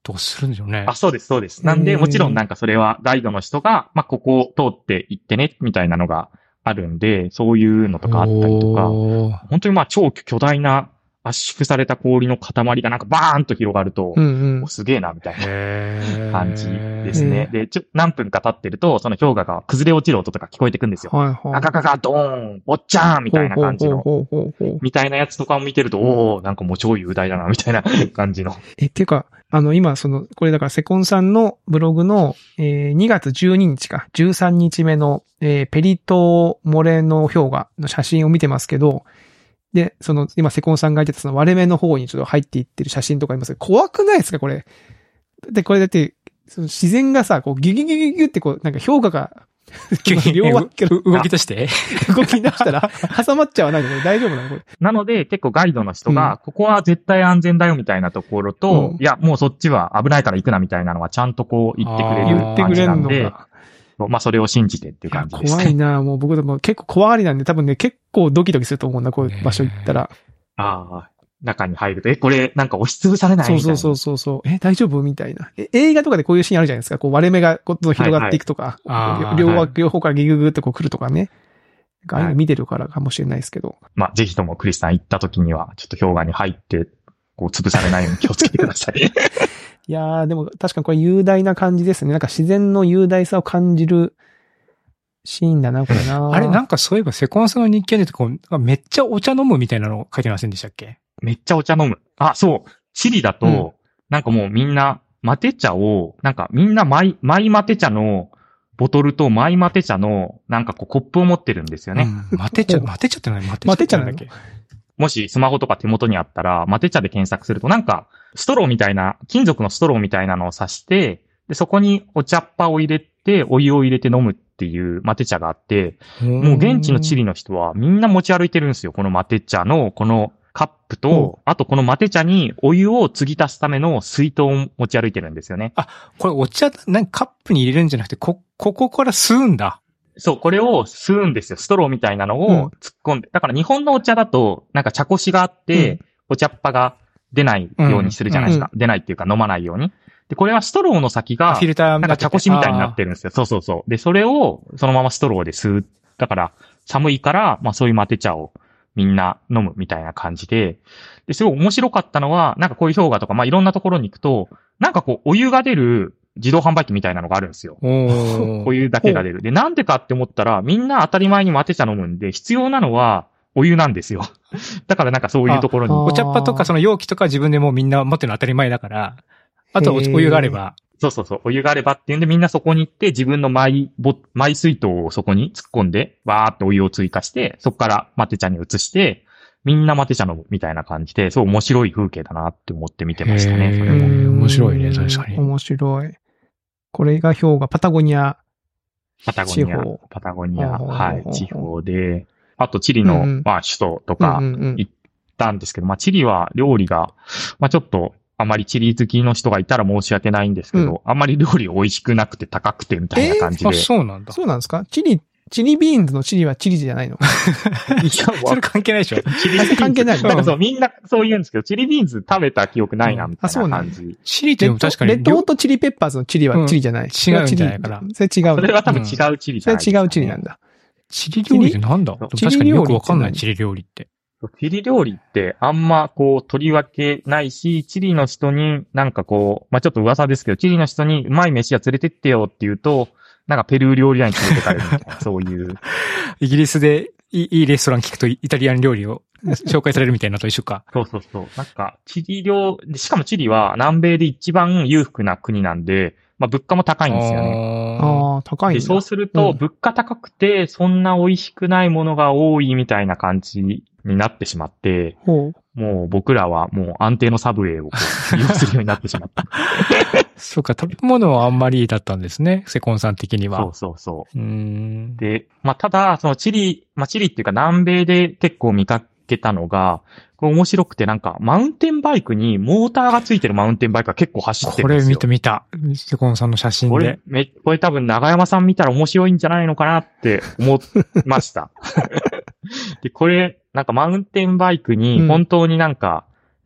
とかするんでしょうね。 あ、そうです、そうです。なんで、もちろんなんかそれはガイドの人が、まあ、ここを通って行ってね、みたいなのがあるんで、そういうのとかあったりとか、本当にまあ超巨大な圧縮された氷の塊がなんかバーンと広がると、うんうん、すげえな、みたいな感じですね。で、ちょ、何分か経ってると、その氷河が崩れ落ちる音とか聞こえてくるんですよ。はいはい、ガガガガドーン、おっちゃーんみたいな感じの、みたいなやつとかを見てると、おー、なんかもう超雄大だな、みたいな感じの。 え、っていうか、あの、今、その、これだからセコンさんのブログの、えー、にがつじゅうににちか、じゅうさんにちめの、えー、ペリトモレノ氷河の写真を見てますけど、で、その、今、セコンさんが言ってたその割れ目の方にちょっと入っていってる写真とかありますけど、怖くないですかこれ。で、これだって、その自然がさ、こう、ギュギュギュギュギュってこう、なんか氷河が、 両脇から動き出して動き出したら、挟まっちゃわないのこれ大丈夫なのこれ。 なので、結構ガイドの人が、うん、ここは絶対安全だよみたいなところと、うん、いや、もうそっちは危ないから行くなみたいなのはちゃんとこう言ってくれる感じなんで、言ってくれるのか。まあ、それを信じてっていう感じです。 怖いなもう僕でも結構怖がりなんで、多分ね、結構ドキドキすると思うんだ、こういう場所行ったら。 ああ、中に入ると、え、これなんか押しつぶされないみたいな。 そうそうそうそう。え、大丈夫みたいな。え、映画とかでこういうシーンあるじゃないですか。こう割れ目がこう広がっていくとか、はいはい、両脇、両方からギググッとこう来るとかね。ああいうの見てるからかもしれないですけど。はい、 まあ、ぜひともクリスさん行った時には、ちょっと氷河に入って、こう潰されないように気をつけてください。 いやー、でも確かにこれ雄大な感じですね。なんか自然の雄大さを感じるシーンだな、これな。 あれ、なんかそういえばセコンさんの日記でこう、めっちゃお茶飲むみたいなの書いてませんでしたっけ？ めっちゃお茶飲む。あ、そう。チリだと、うん、なんかもうみんな、マテ茶を、なんかみんなマイ、マイマテ茶のボトルとマイマテ茶の、なんかこうコップを持ってるんですよね。 うん、マテ茶、マテ茶って何？マテ茶なんだっけ？ もしスマホとか手元にあったら、マテ茶で検索すると、なんか、ストローみたいな、金属のストローみたいなのを刺して、で、そこにお茶っ葉を入れて、お湯を入れて飲むっていうマテ茶があって、もう現地のチリの人はみんな持ち歩いてるんですよ。このマテ茶の、このカップと、あとこのマテ茶にお湯を継ぎ足すための水筒を持ち歩いてるんですよね。 あ、これお茶、何カップに入れるんじゃなくて、こ、ここから吸うんだ。 そう、これを吸うんですよ。ストローみたいなのを突っ込んで。うん、だから日本のお茶だと、なんか茶こしがあって、うん、お茶っ葉が出ないようにするじゃないですか。うん、出ないっていうか飲まないように。で、これはストローの先が、 フィルターなんか茶こしみたいになってるんですよ。そうそうそう。で、それをそのままストローで吸う。だから、寒いから、まあそういうマテ茶をみんな飲むみたいな感じで。で、すごい面白かったのは、なんかこういう氷河とか、まあいろんなところに行くと、なんかこう、お湯が出る自動販売機みたいなのがあるんですよ。お湯だけが出る。で、なんでかって思ったら、みんな当たり前にマテ茶飲むんで、必要なのはお湯なんですよ。だからなんかそういうところに。 お茶っ葉とかその容器とか自分でもうみんな持ってるの当たり前だから、あとお湯があれば。 そうそうそう。お湯があればっていうんでみんなそこに行って自分のマイボ、マイ水筒をそこに突っ込んで、わーってお湯を追加して、そこからマテ茶に移して、みんなマテ茶飲むみたいな感じで、そう面白い風景だなって思って見てましたね。それも。 面白いね、確かに。 面白い。これが氷河、パタゴニアパタゴニア、パタゴニア、はい、地方で、あとチリの、うん、まあ首都とか行ったんですけど、まあチリは料理が、まあちょっと、あまりチリ好きの人がいたら申し訳ないんですけど、うん、あんまり料理美味しくなくて高くてみたいな感じで。えー、あ、 そうなんだ。 そうなんですか？チリ、チリビーンズのチリはチリじゃないの？ いや、それ関係ないでしょ。 チリビーンズ関係ない。なんかそう、みんなそう言うんですけど、チリビーンズ食べた記憶ないな、みたいな感じ。うん、 チリって確かに。 レッドホットチリペッパーズのチリはチリじゃない。うん、 違うんじゃないかな。 それ違う。 それは多分違うチリじゃない、ね、 それ違うチリなんだ。 チリ料理ってなんだ？確かによくわかんない、チリ料理って。 チリ料理ってあんまこう取り分けないし、チリの人になんかこう、まあ、ちょっと噂ですけど、チリの人にうまい飯は連れてってよって言うと、なんかペルー料理屋に連れてかれるみたいな、そういう。 イギリスでいい、いいレストラン聞くとイタリアン料理を紹介されるみたいなと一緒か。 そうそうそう。なんか、チリ料、しかもチリは南米で一番裕福な国なんで、まあ物価も高いんですよね。 ああ、高いんだ。 で、そうすると、物価高くて、そんな美味しくないものが多いみたいな感じになってしまって、 もう僕らはもう安定のサブウェイをこう利用するようになってしまった。 そうか、食べ物はあんまりだったんですね、セコンさん的には。 そうそうそう。 うーんで、まあただ、そのチリ、まあチリっていうか南米で結構見かけたのが、これ面白くてなんか、マウンテンバイクにモーターがついてるマウンテンバイクが結構走ってるんですよ。 これ見た見た。セコンさんの写真で。 これ、め、これ多分長山さん見たら面白いんじゃないのかなって思いました。で、これ、なんかマウンテンバイクに本当になんか、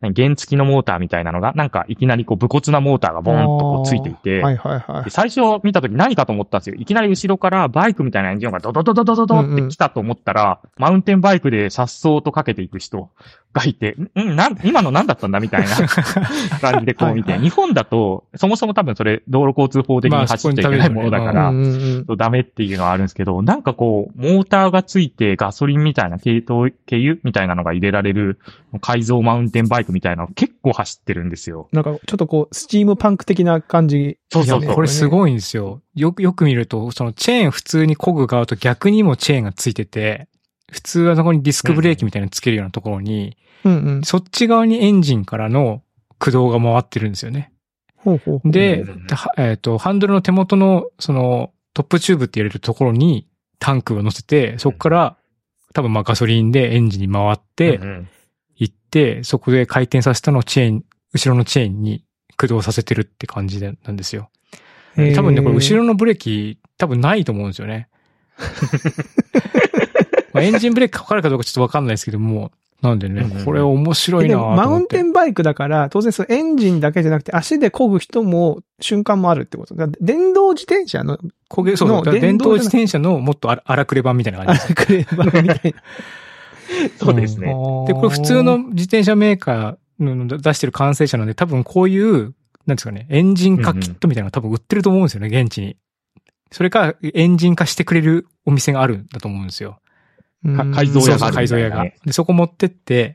原付きのモーターみたいなのが、なんかいきなりこう、武骨なモーターがボーンとこうついていて、 はいはいはい。 で最初見たとき何かと思ったんですよ。いきなり後ろからバイクみたいなエンジン音がドドドドドドドって来たと思ったら、うんうん、マウンテンバイクで颯爽とかけていく人がいて、んなん、今の何だったんだみたいな感じでこう見て、はいはい、日本だと、そもそも多分それ道路交通法的に走っちゃいけないものだから、まあ、ダメっていうのはあるんですけど、なんかこう、モーターがついてガソリンみたいな軽糖、軽油みたいなのが入れられる改造マウンテンバイクみたいなの結構走ってるんですよ。 なんかちょっとこう、スチームパンク的な感じ。 そうそうそう。 これすごいんですよ。よく、よく見ると、そのチェーン普通に漕ぐ側と逆にもチェーンがついてて、普通はそこにディスクブレーキみたいなのつけるようなところに、うんうん、そっち側にエンジンからの駆動が回ってるんですよね。 ほうほうほうで、えっと、ハンドルの手元の、その、トップチューブって言われるところにタンクを乗せて、そこから多分まあガソリンでエンジンに回って、行って、そこで回転させたのをチェーン、後ろのチェーンに駆動させてるって感じでなんですよ。多分ね、これ後ろのブレーキ多分ないと思うんですよね。まあエンジンブレーキかかるかどうかちょっとわかんないですけども、なんでね、これ面白いなと思って。 マウンテンバイクだから、当然そのエンジンだけじゃなくて足で漕ぐ人も瞬間もあるってこと。だ電動自転車の、 焦げ、そうそう、電動自転車のもっと荒くれ版みたいな感じです。 荒くれ版みたいな。 そうですね、 うん。で、これ普通の自転車メーカーの出してる完成車なんで、多分こういう、なんですかね、エンジン化キットみたいなのが多分売ってると思うんですよね、現地に。それか、エンジン化してくれるお店があるんだと思うんですよ。 改造屋がある、ね。 そうそう、改造屋が。で、そこ持ってって、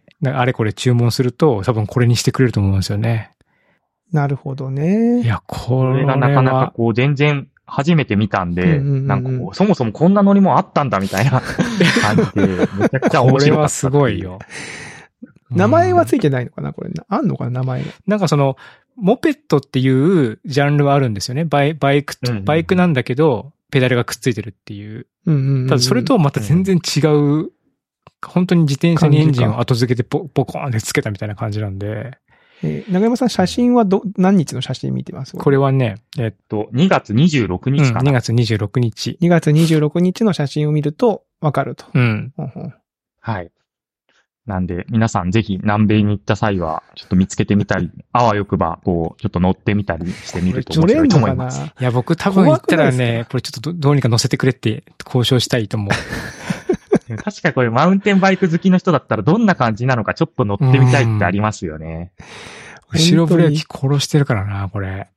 あれこれ注文すると、多分これにしてくれると思うんですよね。 なるほどね。 いや、これがなかなかこう、全然初めて見たんで、うんうんうん、なんかこう、そもそもこんな乗り物あったんだみたいな感じで、めちゃくちゃ面白かった。これはすごいよ。 名前はついてないのかなこれ。あんのかな名前が。 なんかその、モペットっていうジャンルがあるんですよね。バイ、バイク、うんうん、バイクなんだけど、ペダルがくっついてるっていう。 うんうんうんうん、 ただそれとはまた全然違う、本当に自転車にエンジンを後付けてポポコーンってつけたみたいな感じなんで。 えー、長山さん写真はど、何日の写真見てます？ これはね、えっと、 にがつにじゅうろくにちかな、 うん。にがつにじゅうろくにち。 にがつにじゅうろくにちの写真を見るとわかると。 うん。 ほんほんはい。なんで、皆さんぜひ南米に行った際は、ちょっと見つけてみたり、あわよくば、こう、ちょっと乗ってみたりしてみると面白いと思います。 いや、僕多分行ったらね、これちょっと ど, どうにか乗せてくれって交渉したいと思う。 確かにこれマウンテンバイク好きの人だったらどんな感じなのかちょっと乗ってみたいってありますよね。 後ろブレーキ殺してるからな、これ。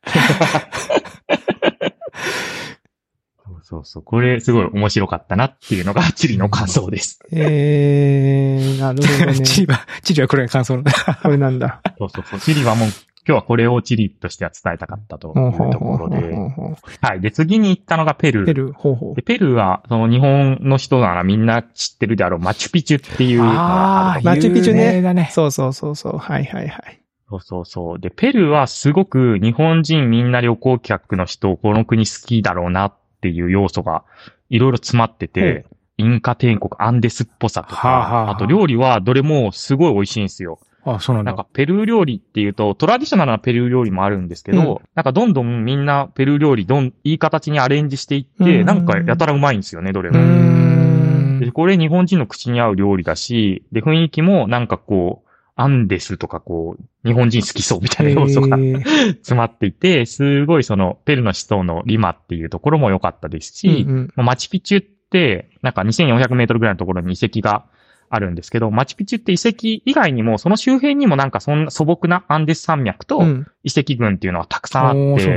そうそう。これすごい面白かったなっていうのがチリの感想です。 えー、なるほどね。 チリは、チリはこれが感想なんだ。 これなんだ。 そうそうそう。チリはもう、今日はこれをチリとしては伝えたかったというところで。はい。で、次に行ったのがペルー。 ペルー、ほうほう。 で、ペルーは、その日本の人ならみんな知ってるであろう、マチュピチュっていうのがある。 マチュピチュね。ねそうそうそうそう。はいはいはい。 そうそうそう。で、ペルーはすごく日本人みんな旅行客の人、この国好きだろうなっていう要素がいろいろ詰まってて、インカ帝国、アンデスっぽさとか、はあはあ、あと料理はどれもすごい美味しいんですよ。 あ、そうなんだ。 なんかペルー料理っていうと、トラディショナルなペルー料理もあるんですけど、うん、なんかどんどんみんなペルー料理どん、いい形にアレンジしていって、なんかやたらうまいんですよね、どれも。で、これ日本人の口に合う料理だし、で、雰囲気もなんかこう、アンデスとかこう、日本人好きそうみたいな要素が詰まっていて、すごいその、ペルーの首都のリマっていうところも良かったですし、うんうん、マチュピチュって、なんかにせんよんひゃくメートルぐらいのところに遺跡があるんですけど、マチュピチュって遺跡以外にも、その周辺にもなんかそんな素朴なアンデス山脈と遺跡群っていうのはたくさんあって、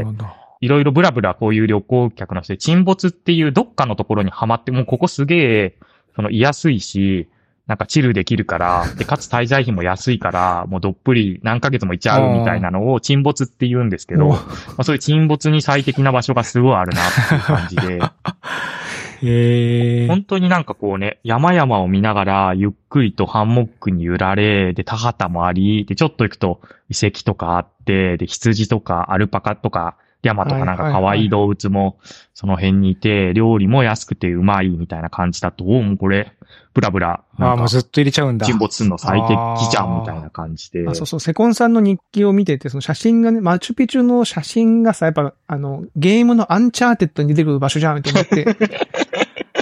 いろいろブラブラこういう旅行客の人で沈没っていうどっかのところにはまって、もうここすげえ、その居やすいし、なんかチルできるから、で、かつ滞在費も安いから、もうどっぷり何ヶ月もいちゃうみたいなのを沈没って言うんですけど、まあ、そういう沈没に最適な場所がすごいあるなっていう感じで、 へー本当になんかこうね、山々を見ながら、ゆっくりとハンモックに揺られ、で、田畑もあり、で、ちょっと行くと遺跡とかあって、で、羊とかアルパカとか、リャマとかなんか可愛い動物もその辺にいて、料理も安くてうまいみたいな感じだと、もうこれ、ブラブラ。 ああ、もうずっと入れちゃうんだ。 沈没するの最適じゃんみたいな感じで。 あ、そうそう、セコンさんの日記を見てて、その写真がね、マチュピチュの写真がさ、やっぱ、あの、ゲームのアンチャーテッドに出てくる場所じゃんと思って。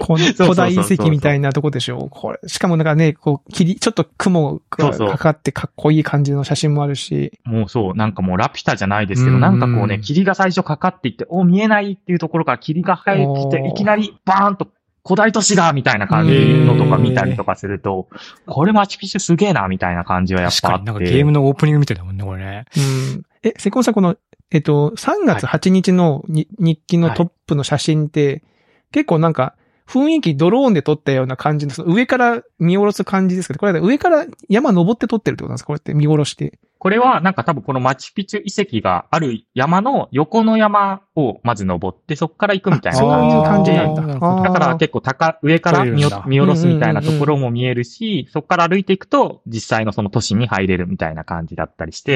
この古代遺跡みたいなとこでしょ。これ。しかもなんかね、こう、霧、ちょっと雲がかかってかっこいい感じの写真もあるし。 もうそう、なんかもうラピュタじゃないですけど、なんかこうね、霧が最初かかっていって、お、見えないっていうところから霧が入ってきて、いきなりバーンと古代都市がみたいな感じのとか見たりとかすると、これマチュピチュすげえなみたいな感じはやっぱあって。 確かになんかゲームのオープニングみたいだもんね、これね。 うん。え、セコンさんこの、えっと、さんがつはちにちのに、はい、日記のトップの写真って、はい、結構なんか、雰囲気ドローンで撮ったような感じの、その上から見下ろす感じですけど、これは上から山登って撮ってるってことなんですか？これって見下ろして。 これはなんか多分このマチュピチュ遺跡がある山の横の山をまず登って、そこから行くみたいなそういう感じなんだ。 だから結構高、上から見下ろすみたいなところも見えるし、そこから歩いていくと実際のその都市に入れるみたいな感じだったりして、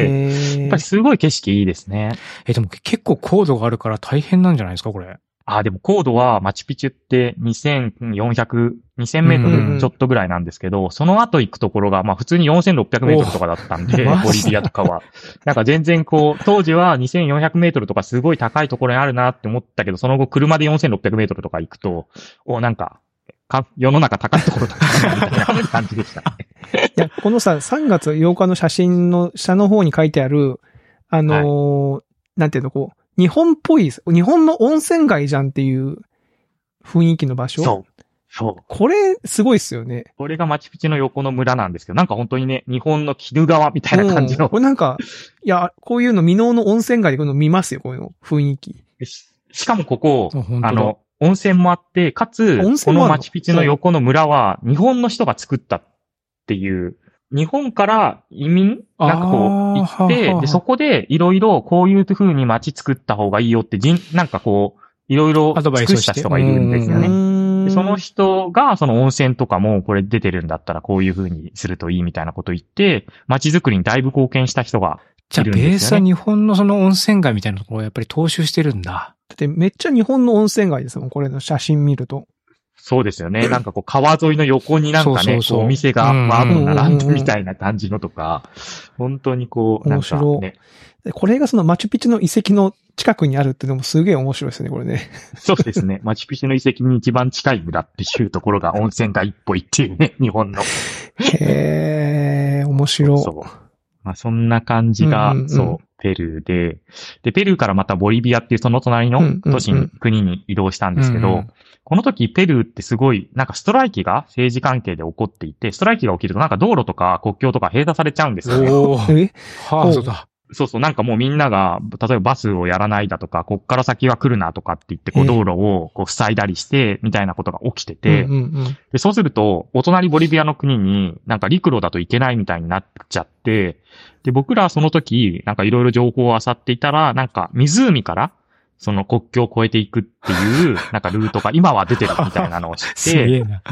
やっぱりすごい景色いいですね。 え、でも結構高度があるから大変なんじゃないですか、これ。 あ、でも高度はマチュピチュってにせんよんひゃく、にせんメートルちょっとぐらいなんですけど、うんうん、その後行くところが、まあ普通によんせんろっぴゃくメートルとかだったんで、ボリビアとかは。なんか全然こう、当時はにせんよんひゃくメートルとかすごい高いところにあるなって思ったけど、その後車でよんせんろっぴゃくメートルとか行くと、お、なんか、か世の中高いところだったなみたいな感じでしたね。 いや、このさ、さんがつようかの写真の下の方に書いてある、あのーはい、なんていうの、こう、日本っぽい、日本の温泉街じゃんっていう雰囲気の場所。 そう。そう。 これ、すごいっすよね。 これがマチュピチュの横の村なんですけど、なんか本当にね、日本の鬼怒川みたいな感じの。 うん、これなんか、いや、こういうの、箕面の温泉街でこういうの見ますよ、こういうの、雰囲気。 し, しかもここ、あの、温泉もあって、かつ、このマチュピチュの横の村は、日本の人が作ったっていう、日本から移民なんかこう行って、で、そこでいろいろこういう風に街作った方がいいよって人、なんかこう、いろいろ尽くした人がいるんですよね。でその人がその温泉とかもこれ出てるんだったらこういう風にするといいみたいなことを言って、街づくりにだいぶ貢献した人がいるんですよね。 じゃあベースは日本のその温泉街みたいなところをやっぱり踏襲してるんだ。 だってめっちゃ日本の温泉街ですもん、これの写真見ると。 そうですよね。なんかこう川沿いの横になんかね、そうそうそうこうお店がワーッと並んでみたいな感じのとか、本当にこう、なんかね。面白い。これがそのマチュピチュの遺跡の近くにあるっていうのもすげえ面白いですね、これね。 そうですね。マチュピチュの遺跡に一番近い村っていうところが温泉街っぽいっていうね、日本の。 へー、面白い。 そう。まあそんな感じが、うんうんうん、そう。ペルーで、で、ペルーからまたボリビアっていうその隣の都市に、うんうんうん、国に移動したんですけど、うんうん、この時ペルーってすごい、なんかストライキが政治関係で起こっていて、ストライキが起きるとなんか道路とか国境とか閉鎖されちゃうんですよね。 おー。えはあ、そうだ。 そうそう、なんかもうみんなが、例えばバスをやらないだとか、こっから先は来るなとかって言って、こう道路をこう塞いだりして、みたいなことが起きてて、 うんうんうん、 で、そうすると、お隣ボリビアの国になんか陸路だといけないみたいになっちゃって、で、僕らはその時、なんかいろいろ情報を漁っていたら、なんか湖から、その国境を越えていくっていう、なんかルートが今は出てるみたいなのを知って、行って、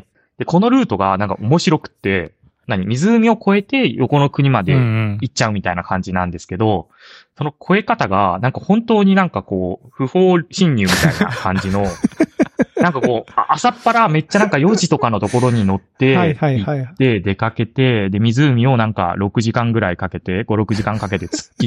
で、このルートがなんか面白くって、何湖を越えて横の国まで行っちゃうみたいな感じなんですけど、うんうん、その越え方が、なんか本当になんかこう、不法侵入みたいな感じの、なんかこう、朝っぱらめっちゃなんかよじとかのところに乗って、行って出かけて、で、湖をなんかろくじかんぐらいかけて、ご、ろくじかんかけて突っ切って、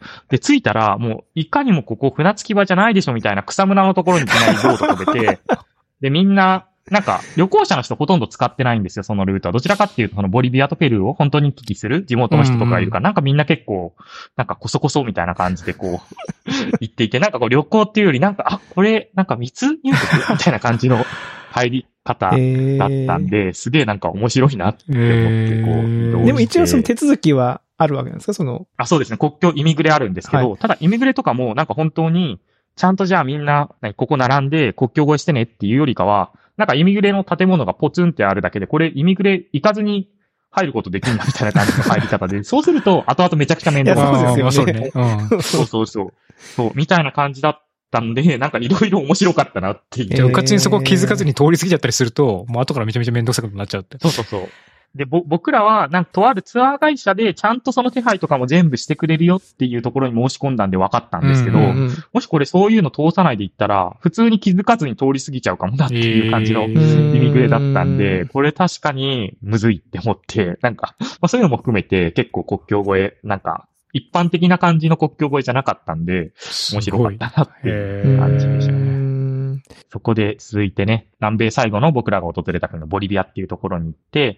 で、着いたらもういかにもここ船着き場じゃないでしょみたいな草むらのところにいきなりボート飛べて、で、みんな、なんか、旅行者の人ほとんど使ってないんですよ、そのルートは。どちらかっていうと、そのボリビアとペルーを本当に行き来する地元の人とかがいるから、うんうん、なんかみんな結構、なんかこそこそみたいな感じでこう、行っていて、なんかこう旅行っていうよりなんか、あ、これ、なんか密入国みたいな感じの入り方だったんで、すげえなんか面白いなって思って、こう、移動して。 でも一応その手続きはあるわけなんですか、その。 あ、そうですね。国境イミグレあるんですけど、はい、ただイミグレとかもなんか本当に、ちゃんとじゃあみんな、ここ並んで国境越えしてねっていうよりかは、なんかイミグレの建物がポツンってあるだけで、これイミグレ行かずに入ることできるんだみたいな感じの入り方で、そうすると後々めちゃくちゃ面倒なんですよね。 そうそうそう。そう、みたいな感じだったんで、なんかいろいろ面白かったなっていう。 じゃあ、うかつにそこ気づかずに通り過ぎちゃったりすると、もう後からめちゃめちゃ面倒くさくなっちゃうって。 そうそうそう。で、ぼ、僕らは、なんかとあるツアー会社でちゃんとその手配とかも全部してくれるよっていうところに申し込んだんで分かったんですけど、うんうんうん、もしこれそういうの通さないで行ったら、普通に気づかずに通り過ぎちゃうかもなっていう感じのイミグレだったんで、これ確かにむずいって思って、なんか、まあそういうのも含めて結構国境越え、なんか、一般的な感じの国境越えじゃなかったんで、面白かったなっていう感じでしたね。 そこで続いてね、南米最後の僕らが訪れた国のボリビアっていうところに行って、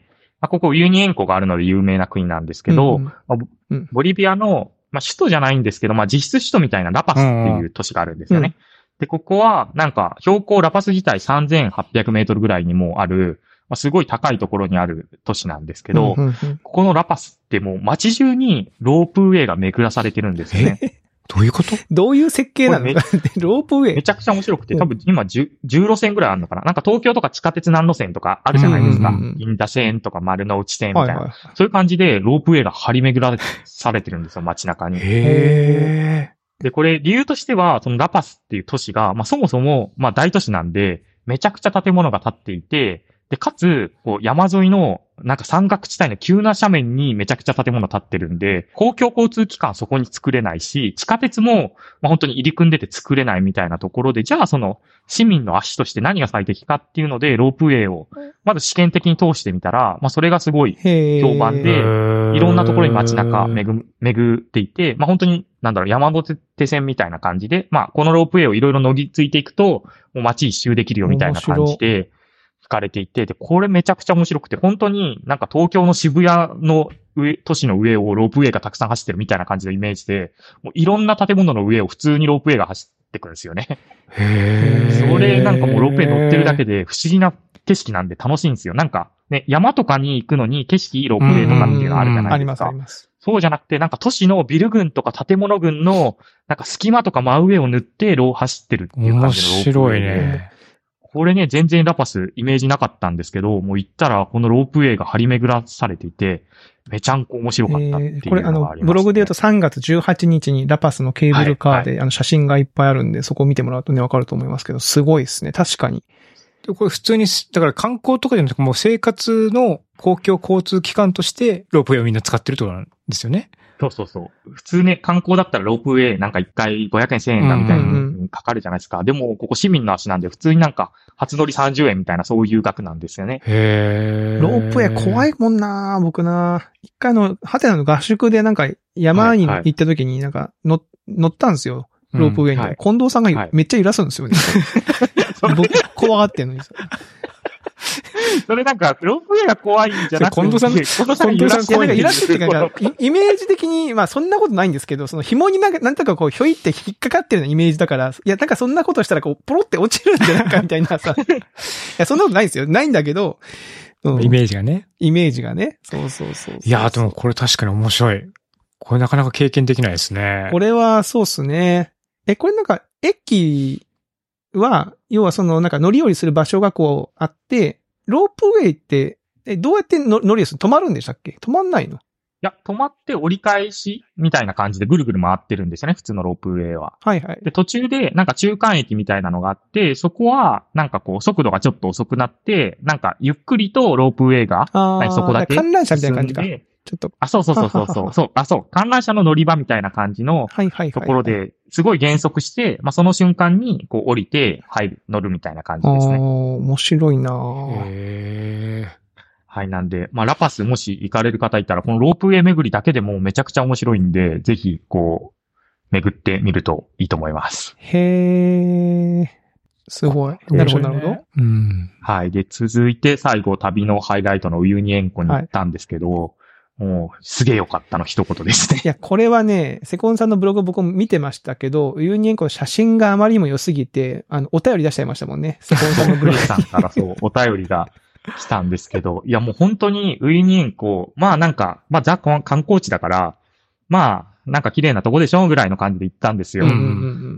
まあ、ここユニエンコがあるので有名な国なんですけど、うんまあうん、ボリビアの、まあ、首都じゃないんですけど、まあ、実質首都みたいなラパスっていう都市があるんですよね。うんうん、で、ここはなんか標高ラパス自体さんぜんはっぴゃくメートルぐらいにもある、まあ、すごい高いところにある都市なんですけど、うんうんうん、ここのラパスってもう街中にロープウェイが巡らされてるんですよね。 どういうことどういう設計なのロープウェイめちゃくちゃ面白くて、多分今 10, じゅう路線ぐらいあるのかななんか東京とか地下鉄何路線とかあるじゃないですか。うんうんうん、銀座線とか丸の内線みたいな、はいはい。そういう感じでロープウェイが張り巡らされてるんですよ、街中に。 へー。で、これ理由としては、そのラパスっていう都市が、まあそもそも、まあ大都市なんで、めちゃくちゃ建物が建っていて、で、かつ、こう山沿いの、なんか山岳地帯の急な斜面にめちゃくちゃ建物建ってるんで、公共交通機関そこに作れないし、地下鉄も、まあ、本当に入り組んでて作れないみたいなところで、じゃあその市民の足として何が最適かっていうので、ロープウェイを、まず試験的に通してみたら、まあそれがすごい評判で、いろんなところに街中巡、巡っていて、まあ本当に、なんだろう、山手線みたいな感じで、まあこのロープウェイをいろいろ乗り継いでいくと、もう街一周できるよみたいな感じで、引かれていて、で、これめちゃくちゃ面白くて、本当になんか東京の渋谷の上、都市の上をロープウェイがたくさん走ってるみたいな感じのイメージで、もういろんな建物の上を普通にロープウェイが走ってくるんですよね。 へー。 それなんかもうロープウェイ乗ってるだけで不思議な景色なんで楽しいんですよ。なんかね、山とかに行くのに景色いいロープウェイとかっていうのあるじゃないですか。 ありますあります。 そうじゃなくて、なんか都市のビル群とか建物群の、なんか隙間とか真上を塗ってロー走ってるっていう感じのロープウェイで。面白いね。これね、全然ラパスイメージなかったんですけど、もう行ったらこのロープウェイが張り巡らされていて、めちゃんこ面白かったっていうのがあります、ね。これあの、 ブログで言うとさんがつじゅうはちにちにラパスのケーブルカーで、はいはい、あの写真がいっぱいあるんで、そこを見てもらうとね、わかると思いますけど、すごいですね。確かに。 これ普通に、だから観光とかじゃなくて、もう生活の公共交通機関としてロープウェイをみんな使ってるってことなんですよね。 そうそうそう。普通ね、観光だったらロープウェイなんかいっかいごひゃくえんせんえんだみたいにかかるじゃないですか。うんうんうん、でも、ここ市民の足なんで普通になんか初乗りさんじゅうえんみたいなそういう額なんですよね。 へー。 ロープウェイ怖いもんな僕な一回の、ハテナの合宿でなんか山に行った時になんか乗、乗ったんですよ。ロープウェイに。うんはい、近藤さんがめっちゃ揺らすんですよね。はい、僕怖がってんのに。 それなんか、ロープウェイが怖いんじゃなくて、 近藤さん、近藤さん揺らして、揺らすっていうか、イメージ的に、まあそんなことないんですけど、その紐になんか、なんとかこう、ひょいって引っかかってるようなイメージだから、いや、なんかそんなことしたらこう、ポロって落ちるんじゃないかみたいなさ。いや、そんなことないんですよ。ないんだけど、 うん、イメージがね。 イメージがね。そうそうそうそう。 いや、でもこれ確かに面白い。これなかなか経験できないですね。 これはそうっすね。え、これなんか、駅は、要はその、なんか乗り降りする場所がこうあって、ロープウェイって、え、どうやって乗り降りするの？止まるんでしたっけ？止まんないの？いや、止まって折り返しみたいな感じでぐるぐる回ってるんですよね、普通のロープウェイは。 はいはい。 で、途中でなんか中間駅みたいなのがあって、そこはなんかこう速度がちょっと遅くなって、なんかゆっくりとロープウェイが、そこだけ。 観覧車みたいな感じか。ちょっと。 あ、そうそうそうそうそう。そう、あ、そう。観覧車の乗り場みたいな感じのところで、すごい減速して、まあ、その瞬間に、こう降りて、入る、乗るみたいな感じですね。 ああ、面白いなぁ。 へー。 はい、なんで、まあ、ラパスもし行かれる方いたら、このロープウェイ巡りだけでもめちゃくちゃ面白いんで、ぜひ、こう、巡ってみるといいと思います。 へー。すごい。なるほど、なるほど。 うん。 はい。で、続いて最後、旅のハイライトのウユニ塩湖に行ったんですけど、はいもう、すげえよかったの一言ですね。 いや、これはね、セコンさんのブログ僕も見てましたけど、ウユニ塩湖の写真があまりにも良すぎて、あの、お便り出しちゃいましたもんね。セコンさんのブログ。 さんからそう、お便りが来たんですけど、いやもう本当にウユニ塩湖、まあなんか、まあザ観光地だから、まあ、なんか綺麗なとこでしょぐらいの感じで行ったんですよ。 うんうんうん、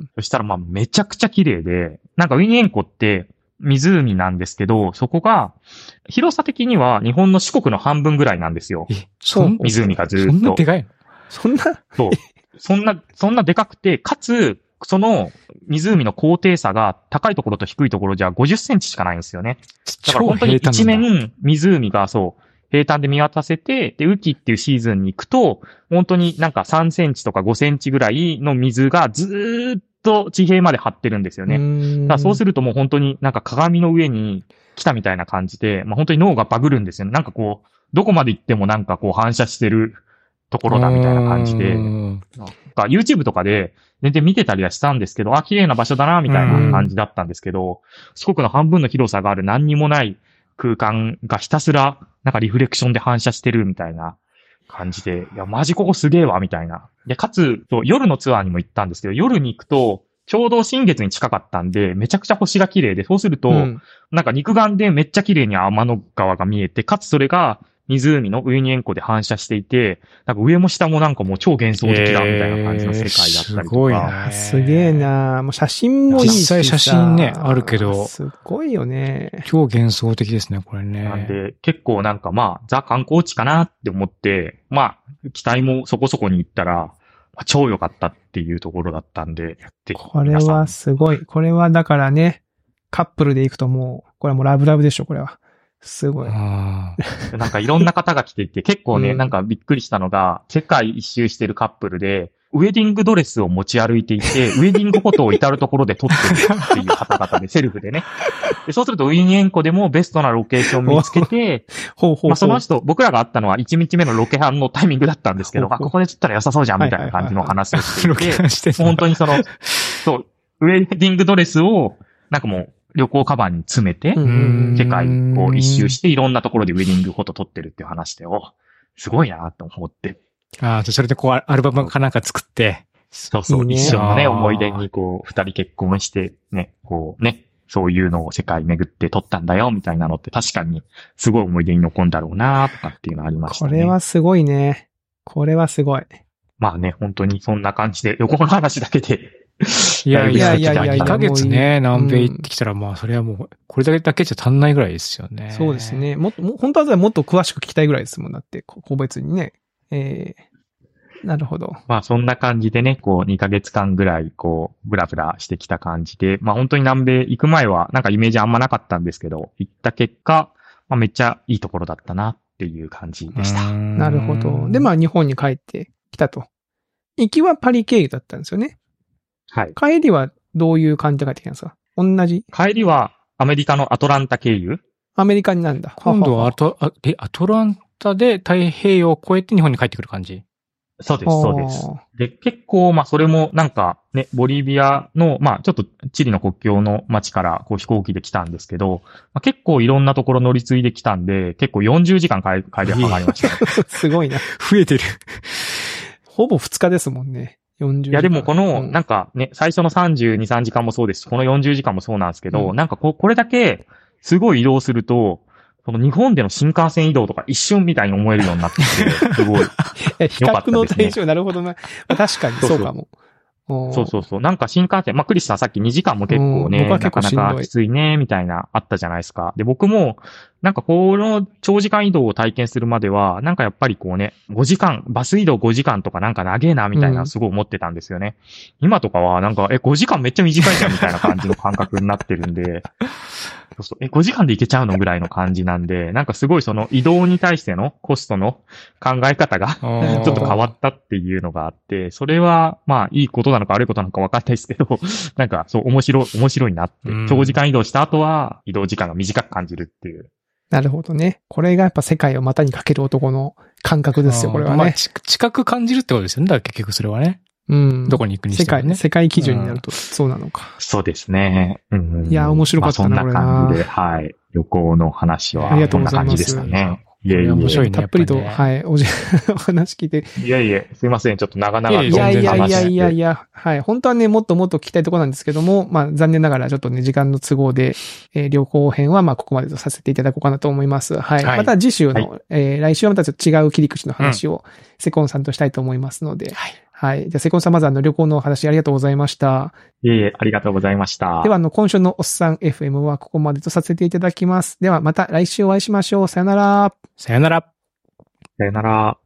そしたらまあめちゃくちゃ綺麗で、なんかウユニ塩湖って、湖なんですけど、そこが、広さ的には日本の四国の半分ぐらいなんですよ。 え、そう、 湖がずっと。 そんなでかいの？ そんなそう。そんな、そんなでかくて、かつ、その湖の高低差が高いところと低いところじゃごじゅっセンチしかないんですよね。だから本当に一面湖がそう、平坦で見渡せて、で、雨季っていうシーズンに行くと、本当になんかさんセンチとかごセンチぐらいの水がずーっと地平まで張ってるんですよね。だからそうするともう本当になんか鏡の上に来たみたいな感じで、まあ本当に脳がバグるんですよね。なんかこう、どこまで行ってもなんかこう反射してるところだみたいな感じで、なんか YouTube とかで全然見てたりはしたんですけど、あ、綺麗な場所だな、みたいな感じだったんですけど、四国の半分の広さがある何にもない空間がひたすら、なんかリフレクションで反射してるみたいな感じで、いや、マジここすげえわ、みたいな。で、かつ、夜のツアーにも行ったんですけど、夜に行くと、ちょうど新月に近かったんで、めちゃくちゃ星が綺麗で、そうすると、うん、なんか肉眼でめっちゃ綺麗に天の川が見えて、かつそれが湖のウユニ塩湖で反射していて、なんか上も下もなんかもう超幻想的だみたいな感じの世界だったりとか。えー、すごいな。すげえな。もう写真もいいし。 実際写真ね、あるけど。 すごいよね。 超幻想的ですね、これね。 なんで、結構なんかまあ、ザ観光地かなって思って、まあ、期待もそこそこに行ったら、超良かったっていうところだったんで、 これはすごい。これはだからね、カップルで行くともう、これはもうラブラブでしょ、これは。すごい。 なんかいろんな方が来ていて、結構ね、うん、なんかびっくりしたのが、世界一周してるカップルで、ウェディングドレスを持ち歩いていて、ウェディングフォトを至るところで撮ってるっていう方々で、セルフでね。で、そうするとウユニ塩湖でもベストなロケーション見つけて、 ほうほうほう、 まあ、その人、僕らが会ったのはいちにちめのロケハンのタイミングだったんですけど、ほうほう、あ、ここで撮ったら良さそうじゃんみたいな感じの話をしていて、はいはいはいはい、本当にその、そう、ウェディングドレスを、なんかもう、旅行カバンに詰めて、世界を一周していろんなところでウェディングフォト撮ってるっていう話で、お、すごいなと思って。 ああ、それでこうアルバムかなんか作って。 そうそう、いいね、一緒のね、思い出にこう、二人結婚して、ね、こうね、そういうのを世界巡って撮ったんだよ、みたいなのって確かに、すごい思い出に残んだろうなとかっていうのありましたね。 これはすごいね。これはすごい。 まあね、本当にそんな感じで、旅行の話だけで、 いやいやいやいや、いっかげつね、南米行ってきたら、まあ、それはもう、これだけじゃ足んないぐらいですよね。 そうですね。もっと、本当はもっと詳しく聞きたいぐらいですもん。だって、個別にね。えー、なるほど。 まあ、そんな感じでね、こう、にかげつかんぐらい、こう、ブラブラしてきた感じで、まあ、本当に南米行く前は、なんかイメージあんまなかったんですけど、行った結果、まあ、めっちゃいいところだったなっていう感じでした。 なるほど。で、まあ、日本に帰ってきたと。行きはパリ経由だったんですよね。 はい。 帰りはどういう感じで帰ってきたんですか？同じ？ 帰りはアメリカのアトランタ経由？ アメリカになんだ。 今度はアト、あえ、アトランタで太平洋を越えて日本に帰ってくる感じ？ そうです、そうです。で、結構、まあ、それもなんかね、ボリビアの、まあ、ちょっとチリの国境の町からこう飛行機で来たんですけど、まあ、結構いろんなところ乗り継いできたんで、結構よんじゅうじかん帰、帰りはかかりました、ね。 すごいな。 増えてる。 ほぼふつかですもんね。よんじゅうじかん。 いやでもこの、なんかね、最初のさんじゅうに、さんじかんもそうですし、このよんじゅうじかんもそうなんですけど、うん、なんかこ、これだけ、すごい移動すると、その日本での新幹線移動とか一瞬みたいに思えるようになってきて、すごい。いや、比較の対象、なるほどな。まあ、確かにそうかも。 そうそうそう。なんか新幹線、まあ、クリスさんさっきにじかんも結構ね、なかなかきついね、みたいな、あったじゃないですか。で、僕も、なんかこの長時間移動を体験するまでは、なんかやっぱりこうね、ごじかん、バス移動ごじかんとかなんか長えな、みたいなすごい思ってたんですよね。うん、今とかはなんか、え、ごじかんめっちゃ短いじゃん、みたいな感じの感覚になってるんで、そうそう。え、ごじかんで行けちゃうのぐらいの感じなんで、なんかすごいその移動に対してのコストの考え方がちょっと変わったっていうのがあって、それはまあいいことなのか悪いことなのか分かんないですけど、なんかそう面白い、面白いなって。長時間移動した後は移動時間が短く感じるっていう。 なるほどね。これがやっぱ世界を股にかける男の感覚ですよ、これはね。まあ、 近く感じるってことですよね。だから結局それはね。 うん。 どこに行くにしてもね。 世界、世界基準になると、そうなのか。 そうですね。うん、 いや、面白かったな、 まあ、そんな感じで、はい。旅行の話は、こんな感じでしたね。いやいや、 面白いね。 たっぷりと、はい、おじ、お話聞いて。 いやいや、すいません。ちょっと長々と。 いやいやいやいやいや、はい。本当はね、もっともっと聞きたいところなんですけども、まあ、残念ながらちょっとね、時間の都合で、えー、旅行編は、まあ、ここまでとさせていただこうかなと思います。はい。はい、また次週の、はい、えー、来週はまたちょっと違う切り口の話を、うん、セコンさんとしたいと思いますので、はい。はい。じゃあ、セコンさんまずあの旅行のお話ありがとうございました。 いえいえ、ありがとうございました。 では、あの、今週のおっさん エフエム はここまでとさせていただきます。では、また来週お会いしましょう。さよなら。 さよなら。 さよなら。